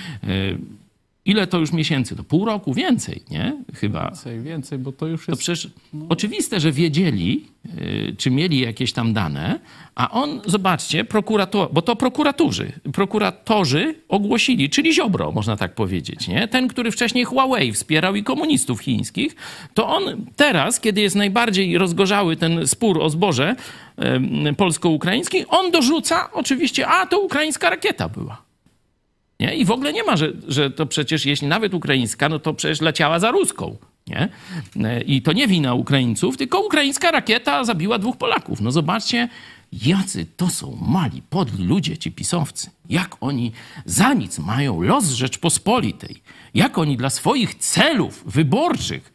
Ile to już miesięcy? To pół roku? Więcej, nie? Chyba.
Więcej, bo to już jest...
To przecież oczywiste, że wiedzieli, czy mieli jakieś tam dane, a on, zobaczcie, bo to prokuratorzy ogłosili, czyli Ziobro, można tak powiedzieć, nie? Ten, który wcześniej Huawei wspierał i komunistów chińskich, to on teraz, kiedy jest najbardziej rozgorzały ten spór o zboże polsko-ukraiński, on dorzuca oczywiście, to ukraińska rakieta była. Nie? I w ogóle nie ma, że to przecież, jeśli nawet ukraińska, no to przecież leciała za ruską. Nie? I to nie wina Ukraińców, tylko ukraińska rakieta zabiła 2 Polaków. No zobaczcie, jacy to są mali, podli ludzie, ci pisowcy. Jak oni za nic mają los Rzeczpospolitej. Jak oni dla swoich celów wyborczych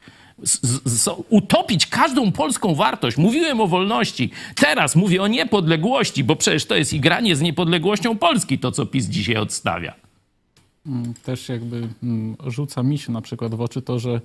utopić każdą polską wartość. Mówiłem o wolności, teraz mówię o niepodległości, bo przecież to jest igranie z niepodległością Polski, to co PiS dzisiaj odstawia.
Też jakby rzuca mi się na przykład w oczy to, że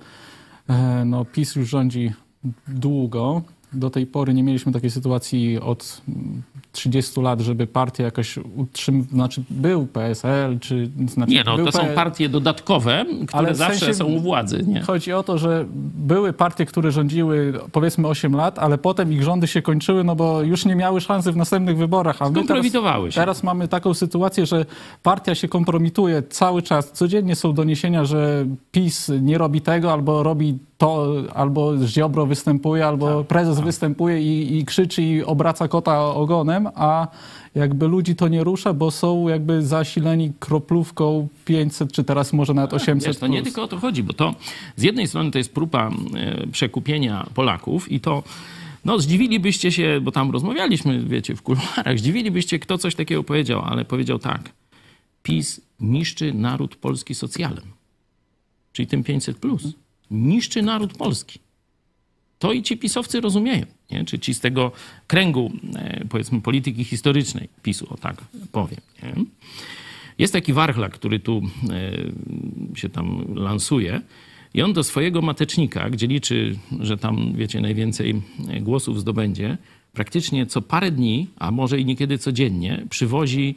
PiS już rządzi długo. Do tej pory nie mieliśmy takiej sytuacji od 30 lat, żeby partia jakoś był PSL, czy...
nie, no to są partie dodatkowe, które zawsze są u władzy. Nie?
Chodzi o to, że były partie, które rządziły powiedzmy 8 lat, ale potem ich rządy się kończyły, no bo już nie miały szansy w następnych wyborach. A
skompromitowały się.
Teraz mamy taką sytuację, że partia się kompromituje cały czas. Codziennie są doniesienia, że PiS nie robi tego, albo robi to, albo Ziobro występuje, albo prezes występuje i krzyczy i obraca kota ogonem, a jakby ludzi to nie rusza, bo są jakby zasileni kroplówką 500, czy teraz może nawet 800+.
Wiesz, to nie tylko o to chodzi, bo to z jednej strony to jest próba przekupienia Polaków i to zdziwilibyście się, bo tam rozmawialiśmy, wiecie, w kuluarach, zdziwilibyście, kto coś takiego powiedział, ale powiedział tak: PiS niszczy naród polski socjalem, czyli tym 500+. Niszczy naród polski. To i ci pisowcy rozumieją, nie? Czy ci z tego kręgu, powiedzmy, polityki historycznej PiS-u, o tak powiem. Nie? Jest taki Warchlak, który tu się tam lansuje i on do swojego matecznika, gdzie liczy, że tam, wiecie, najwięcej głosów zdobędzie, praktycznie co parę dni, a może i niekiedy codziennie, przywozi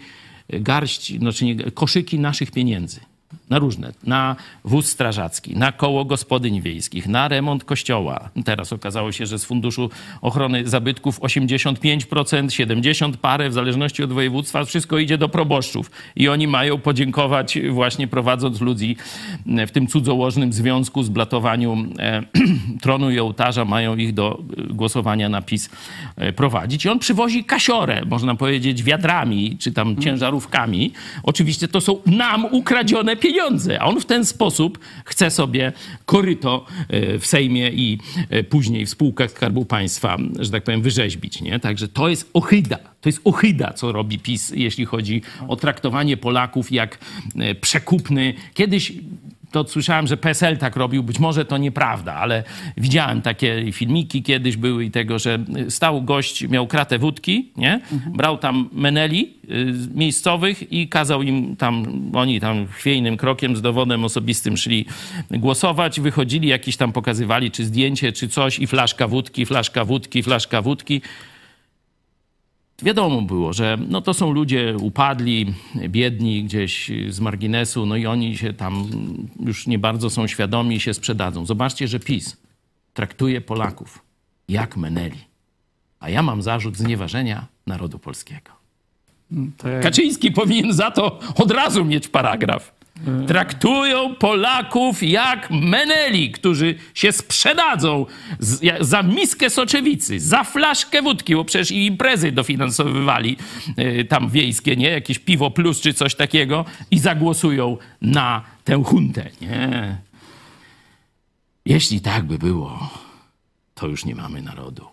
koszyki naszych pieniędzy. Na różne. Na wóz strażacki, na koło gospodyń wiejskich, na remont kościoła. Teraz okazało się, że z Funduszu Ochrony Zabytków 85%, 70 parę, w zależności od województwa, wszystko idzie do proboszczów. I oni mają podziękować właśnie prowadząc ludzi w tym cudzołożnym związku, zblatowaniu tronu i ołtarza, mają ich do głosowania na PiS prowadzić. I on przywozi kasiorę, można powiedzieć, wiadrami, czy tam ciężarówkami. Oczywiście to są nam ukradzione pieniądze, a on w ten sposób chce sobie koryto w Sejmie i później w spółkach Skarbu Państwa, że tak powiem, wyrzeźbić. Nie? Także to jest ohyda. To jest ohyda, co robi PiS, jeśli chodzi o traktowanie Polaków jak przekupny. Kiedyś to słyszałem, że PSL tak robił, być może to nieprawda, ale widziałem takie filmiki kiedyś były i tego, że stał gość, miał kratę wódki, nie? Brał tam meneli miejscowych i kazał im tam, oni tam chwiejnym krokiem z dowodem osobistym szli głosować, wychodzili, jakieś tam pokazywali, czy zdjęcie, czy coś i flaszka wódki, flaszka wódki, flaszka wódki. Wiadomo było, że no to są ludzie upadli, biedni gdzieś z marginesu, no i oni się tam już nie bardzo są świadomi i się sprzedadzą. Zobaczcie, że PiS traktuje Polaków jak meneli. A ja mam zarzut znieważenia narodu polskiego. Kaczyński powinien za to od razu mieć paragraf. Traktują Polaków jak meneli, którzy się sprzedadzą za miskę soczewicy, za flaszkę wódki, bo przecież i imprezy dofinansowywali tam wiejskie, nie? Jakieś piwo plus czy coś takiego i zagłosują na tę huntę. Nie. Jeśli tak by było, to już nie mamy narodu.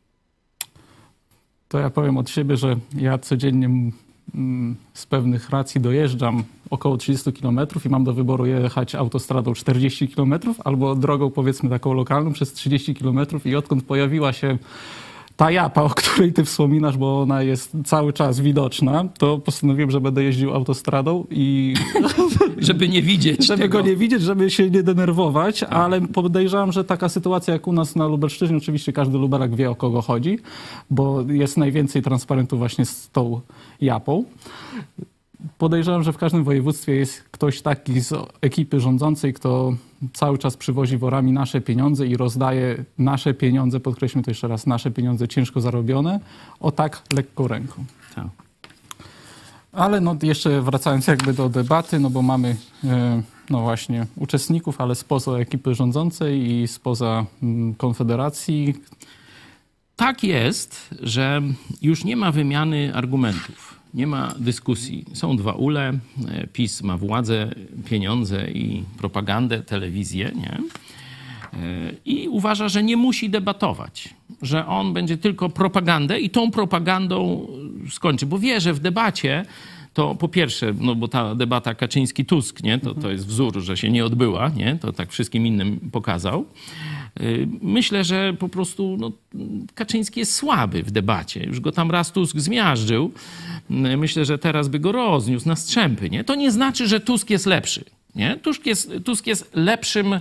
To ja powiem od siebie, że ja codziennie z pewnych racji dojeżdżam około 30 km i mam do wyboru jechać autostradą 40 km albo drogą powiedzmy taką lokalną przez 30 km i odkąd pojawiła się ta japa, o której ty wspominasz, bo ona jest cały czas widoczna, to postanowiłem, że będę jeździł autostradą i...
żeby nie widzieć
Żeby
tego.
go nie widzieć, żeby się nie denerwować, ale podejrzewam, że taka sytuacja jak u nas na Lubelszczyźnie, oczywiście każdy lubelak wie, o kogo chodzi, bo jest najwięcej transparentów właśnie z tą japą. Podejrzewam, że w każdym województwie jest ktoś taki z ekipy rządzącej, kto cały czas przywozi worami nasze pieniądze i rozdaje nasze pieniądze, podkreślmy to jeszcze raz, nasze pieniądze ciężko zarobione, o tak lekką ręką.
Tak.
Ale no jeszcze wracając jakby do debaty, no bo mamy no właśnie uczestników, ale spoza ekipy rządzącej i spoza Konfederacji.
Tak jest, że już nie ma wymiany argumentów. Nie ma dyskusji. Są dwa ule. PiS ma władzę, pieniądze i propagandę, telewizję, nie? I uważa, że nie musi debatować. Że on będzie tylko propagandę i tą propagandą skończy. Bo wie, że w debacie to po pierwsze, no bo ta debata Kaczyński-Tusk, nie? To jest wzór, że się nie odbyła, nie? To tak wszystkim innym pokazał. Myślę, że po prostu no, Kaczyński jest słaby w debacie. Już go tam raz Tusk zmiażdżył. Myślę, że teraz by go rozniósł na strzępy. Nie? To nie znaczy, że Tusk jest lepszy. Nie? Tusk jest lepszym,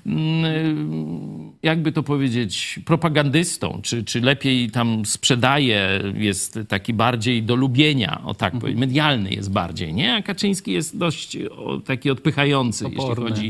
jakby to powiedzieć, propagandystą, czy lepiej tam sprzedaje, jest taki bardziej do lubienia, o tak powiem, medialny jest bardziej, nie? A Kaczyński jest dość taki odpychający, jeśli chodzi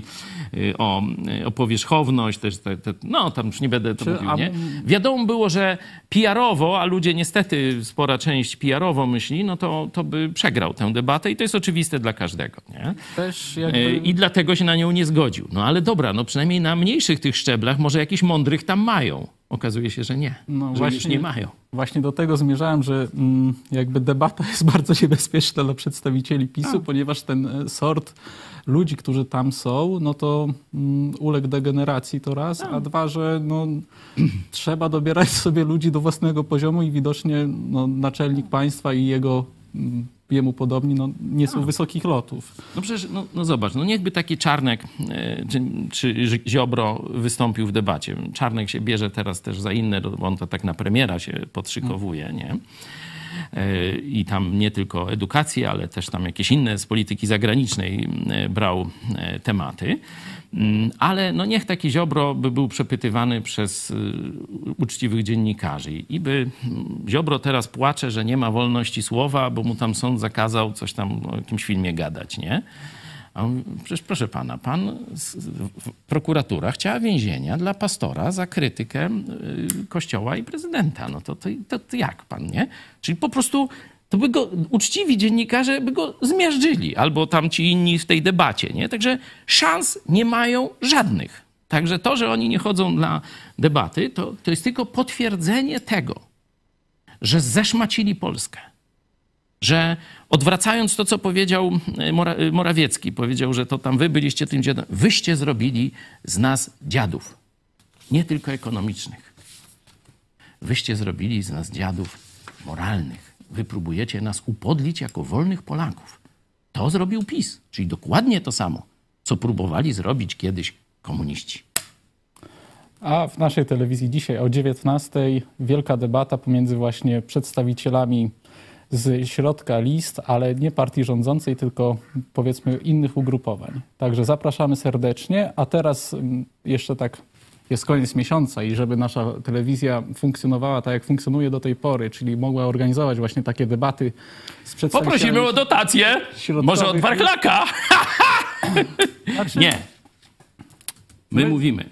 o powierzchowność, też no tam już nie będę to mówił, nie? Wiadomo było, że PR-owo, a ludzie niestety, spora część PR-owo myśli, no to by przegrał tę debatę i to jest oczywiste dla każdego, nie?
Też jakby...
I dlatego się na nią nie zgodził. No ale dobra, no przynajmniej na mniejszych tych szczeblach może jakichś mądrych tam mają. Okazuje się, że nie,
no
że
właśnie,
już nie mają.
Właśnie do tego zmierzałem, że jakby debata jest bardzo niebezpieczna dla przedstawicieli PiS-u, ponieważ ten sort ludzi, którzy tam są, no to uległ degeneracji to raz, a dwa, że no, trzeba dobierać sobie ludzi do własnego poziomu i widocznie no, naczelnik państwa i jemu podobni no, nie są wysokich lotów.
No przecież, no zobacz, no niechby taki Czarnek czy Ziobro wystąpił w debacie. Czarnek się bierze teraz też za inne, bo on to tak na premiera się podszykowuje, nie? I tam nie tylko edukację, ale też tam jakieś inne z polityki zagranicznej brał tematy. Ale no niech taki Ziobro by był przepytywany przez uczciwych dziennikarzy. I by Ziobro teraz płacze, że nie ma wolności słowa, bo mu tam sąd zakazał coś tam o jakimś filmie gadać, nie? A on, przecież proszę pana, prokuratura chciała więzienia dla pastora za krytykę Kościoła i prezydenta. No to jak pan, nie? Czyli po prostu to by go, uczciwi dziennikarze by go zmiażdżyli, albo tam ci inni w tej debacie, nie? Także szans nie mają żadnych. Także to, że oni nie chodzą na debaty, to jest tylko potwierdzenie tego, że zeszmacili Polskę. Że odwracając to, co powiedział Morawiecki, powiedział, że to tam wy byliście tym dziadem, wyście zrobili z nas dziadów. Nie tylko ekonomicznych. Wyście zrobili z nas dziadów moralnych. Wy próbujecie nas upodlić jako wolnych Polaków. To zrobił PiS, czyli dokładnie to samo. co próbowali zrobić kiedyś komuniści.
A w naszej telewizji dzisiaj o 19:00 wielka debata pomiędzy właśnie przedstawicielami z środka list, ale nie partii rządzącej, tylko powiedzmy innych ugrupowań. Także zapraszamy serdecznie, a teraz jeszcze tak jest koniec miesiąca i żeby nasza telewizja funkcjonowała tak, jak funkcjonuje do tej pory, czyli mogła organizować właśnie takie debaty z przedstawicielami...
Poprosimy o dotację, może od Warchlaka.
Znaczy...
Nie. My mówimy.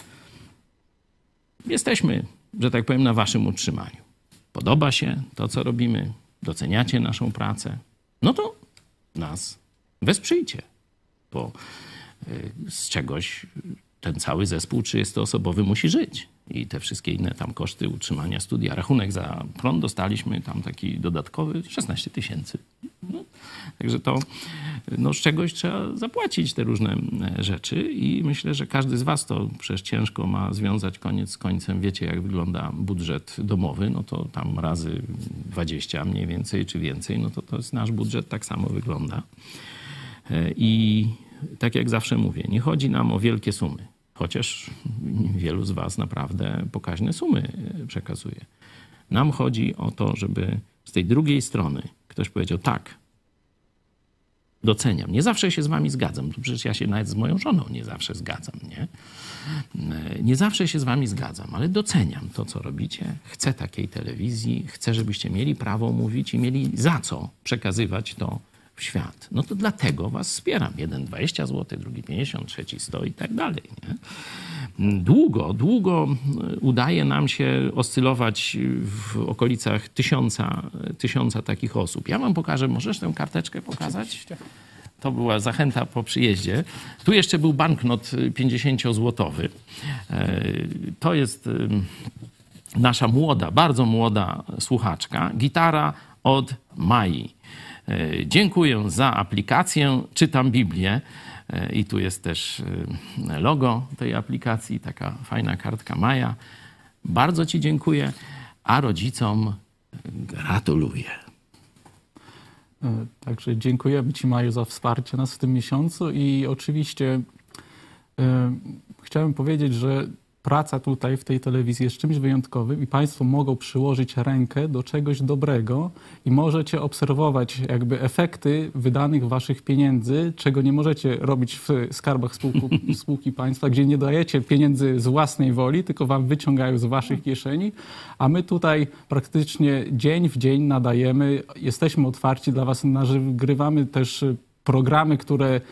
Jesteśmy, że tak powiem, na waszym utrzymaniu. Podoba się to, co robimy, doceniacie naszą pracę, no to nas wesprzyjcie, bo z czegoś ten cały zespół 30-osobowy musi żyć. I te wszystkie inne tam koszty utrzymania studia. Rachunek za prąd dostaliśmy tam taki dodatkowy 16 000. No, także to no, z czegoś trzeba zapłacić te różne rzeczy i myślę, że każdy z was to przecież ciężko ma związać koniec z końcem. Wiecie, jak wygląda budżet domowy, no to tam razy 20 mniej więcej czy więcej, no to jest nasz budżet, tak samo wygląda. I tak jak zawsze mówię, nie chodzi nam o wielkie sumy, chociaż wielu z was naprawdę pokaźne sumy przekazuje. Nam chodzi o to, żeby z tej drugiej strony ktoś powiedział tak, doceniam. Nie zawsze się z wami zgadzam. Przecież ja się nawet z moją żoną nie zawsze zgadzam, nie? Nie zawsze się z wami zgadzam, ale doceniam to, co robicie. Chcę takiej telewizji, chcę, żebyście mieli prawo mówić i mieli za co przekazywać to w świat. No to dlatego was wspieram. Jeden 20 zł, drugi 50, trzeci 100 i tak dalej, nie? Długo udaje nam się oscylować w okolicach tysiąca takich osób. Ja wam pokażę, możesz tę karteczkę pokazać? To była zachęta po przyjeździe. Tu jeszcze był banknot 50-złotowy. To jest nasza młoda, bardzo młoda słuchaczka. Gitara od Mai. Dziękuję za aplikację, czytam Biblię. I tu jest też logo tej aplikacji, taka fajna kartka Maja. Bardzo ci dziękuję, a rodzicom gratuluję.
Także dziękujemy ci, Maju, za wsparcie nas w tym miesiącu i oczywiście chciałem powiedzieć, że praca tutaj w tej telewizji jest czymś wyjątkowym i państwo mogą przyłożyć rękę do czegoś dobrego i możecie obserwować jakby efekty wydanych waszych pieniędzy, czego nie możecie robić w skarbach spółki państwa, gdzie nie dajecie pieniędzy z własnej woli, tylko wam wyciągają z waszych kieszeni, a my tutaj praktycznie dzień w dzień nadajemy, jesteśmy otwarci dla was, nagrywamy też programy, które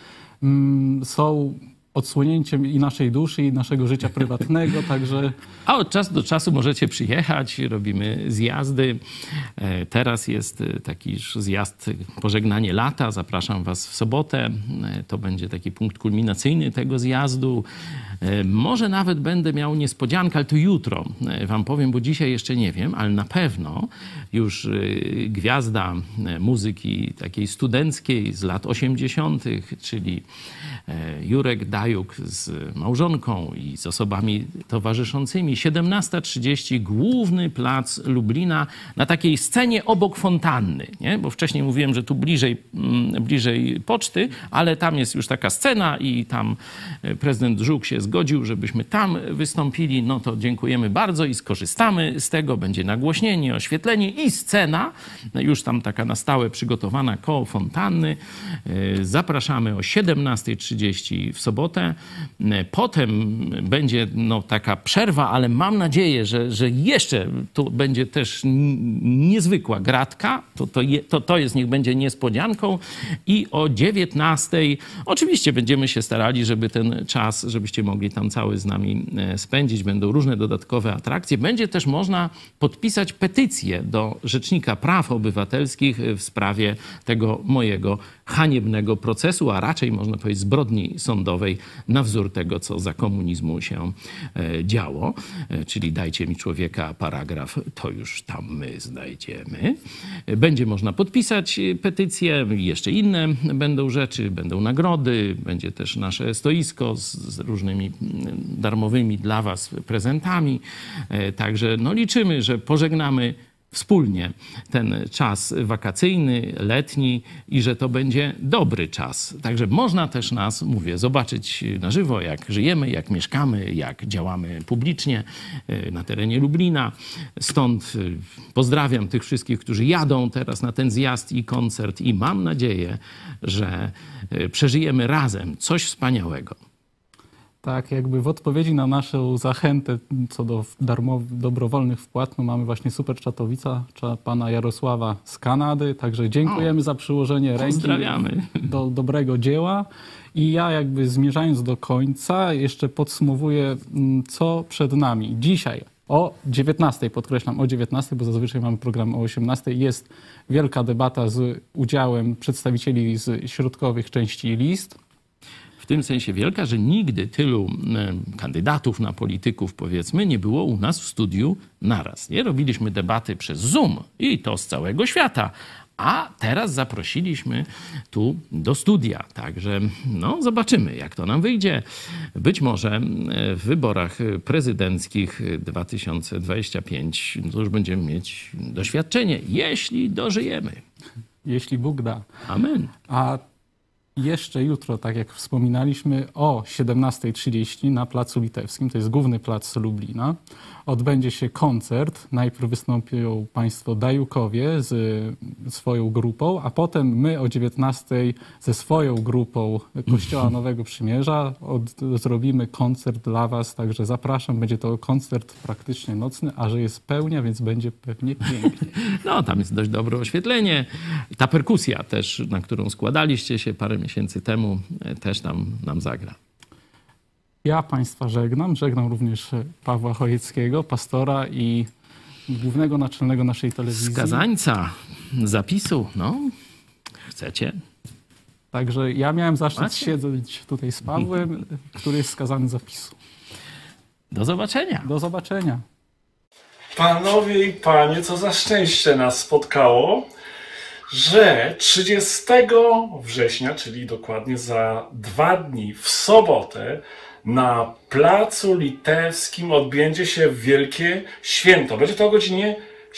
są odsłonięciem i naszej duszy, i naszego życia prywatnego, także...
A od czasu do czasu możecie przyjechać, robimy zjazdy. Teraz jest taki zjazd Pożegnanie lata. Zapraszam was w sobotę. To będzie taki punkt kulminacyjny tego zjazdu. Może nawet będę miał niespodziankę, ale to jutro wam powiem, bo dzisiaj jeszcze nie wiem, ale na pewno już gwiazda muzyki takiej studenckiej z lat 80., czyli Jurek Dajuk z małżonką i z osobami towarzyszącymi. 17:30, główny plac Lublina, na takiej scenie obok fontanny, nie? Bo wcześniej mówiłem, że tu bliżej poczty, ale tam jest już taka scena i tam prezydent Żuk się zgodził, żebyśmy tam wystąpili. No to dziękujemy bardzo i skorzystamy z tego. Będzie nagłośnienie, oświetlenie i scena, już tam taka na stałe przygotowana koło fontanny. Zapraszamy o 17:30 w sobotę. Potem będzie taka przerwa, ale mam nadzieję, że jeszcze tu będzie też niezwykła gratka. To jest, niech będzie niespodzianką. I o 19:00 oczywiście będziemy się starali, żeby ten czas, żebyście mogli tam cały z nami spędzić. Będą różne dodatkowe atrakcje. Będzie też można podpisać petycję do Rzecznika Praw Obywatelskich w sprawie tego mojego haniebnego procesu, a raczej można powiedzieć zbrodni sądowej na wzór tego, co za komunizmu się działo. Czyli dajcie mi człowieka, paragraf, to już tam my znajdziemy. Będzie można podpisać petycję, jeszcze inne będą rzeczy, będą nagrody, będzie też nasze stoisko z różnymi darmowymi dla was prezentami. Także liczymy, że pożegnamy wspólnie ten czas wakacyjny, letni i że to będzie dobry czas. Także można też nas, mówię, zobaczyć na żywo, jak żyjemy, jak mieszkamy, jak działamy publicznie na terenie Lublina. Stąd pozdrawiam tych wszystkich, którzy jadą teraz na ten zjazd i koncert i mam nadzieję, że przeżyjemy razem coś wspaniałego.
Tak, jakby w odpowiedzi na naszą zachętę co do dobrowolnych wpłat, no mamy właśnie Super Czatowica, pana Jarosława z Kanady, także dziękujemy za przyłożenie ręki do dobrego dzieła. I ja jakby zmierzając do końca jeszcze podsumowuję, co przed nami. Dzisiaj o 19:00, podkreślam o 19:00, bo zazwyczaj mamy program o 18:00, jest wielka debata z udziałem przedstawicieli z środkowych części list.
W tym sensie wielka, że nigdy tylu kandydatów na polityków, powiedzmy, nie było u nas w studiu naraz. Nie robiliśmy debaty przez Zoom i to z całego świata. A teraz zaprosiliśmy tu do studia. Także no, zobaczymy, jak to nam wyjdzie. Być może w wyborach prezydenckich 2025 to już będziemy mieć doświadczenie, jeśli dożyjemy.
Jeśli Bóg da.
Amen.
A jeszcze jutro, tak jak wspominaliśmy, o 17:30 na Placu Litewskim, to jest główny plac Lublina, odbędzie się koncert. Najpierw wystąpią państwo Dajukowie z swoją grupą, a potem my o 19:00 ze swoją grupą Kościoła Nowego Przymierza zrobimy koncert dla was, także zapraszam. Będzie to koncert praktycznie nocny, a że jest pełnia, więc będzie pewnie pięknie.
No, tam jest dość dobre oświetlenie. Ta perkusja też, na którą składaliście się parę miesięcy temu, też tam nam zagra.
Ja państwa żegnam. Żegnam również Pawła Chojeckiego, pastora i głównego naczelnego naszej telewizji.
Skazańca zapisu, no. Chcecie?
Także ja miałem zaszczyt siedzieć tutaj z Pawłem, który jest skazany zapisu.
Do zobaczenia.
Do zobaczenia.
Panowie i panie, co za szczęście nas spotkało, że 30 września, czyli dokładnie za 2 dni, w sobotę, na Placu Litewskim odbędzie się wielkie święto. Będzie to o godzinie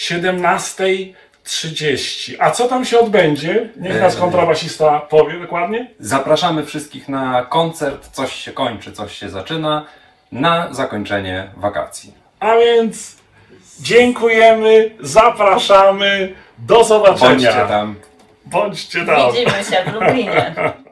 17:30. A co tam się odbędzie? Niech nas kontrabasista powie dokładnie.
Zapraszamy wszystkich na koncert. Coś się kończy, coś się zaczyna. Na zakończenie wakacji.
A więc dziękujemy, zapraszamy. Do zobaczenia.
Bądźcie tam.
Bądźcie tam.
Widzimy się w Lublinie.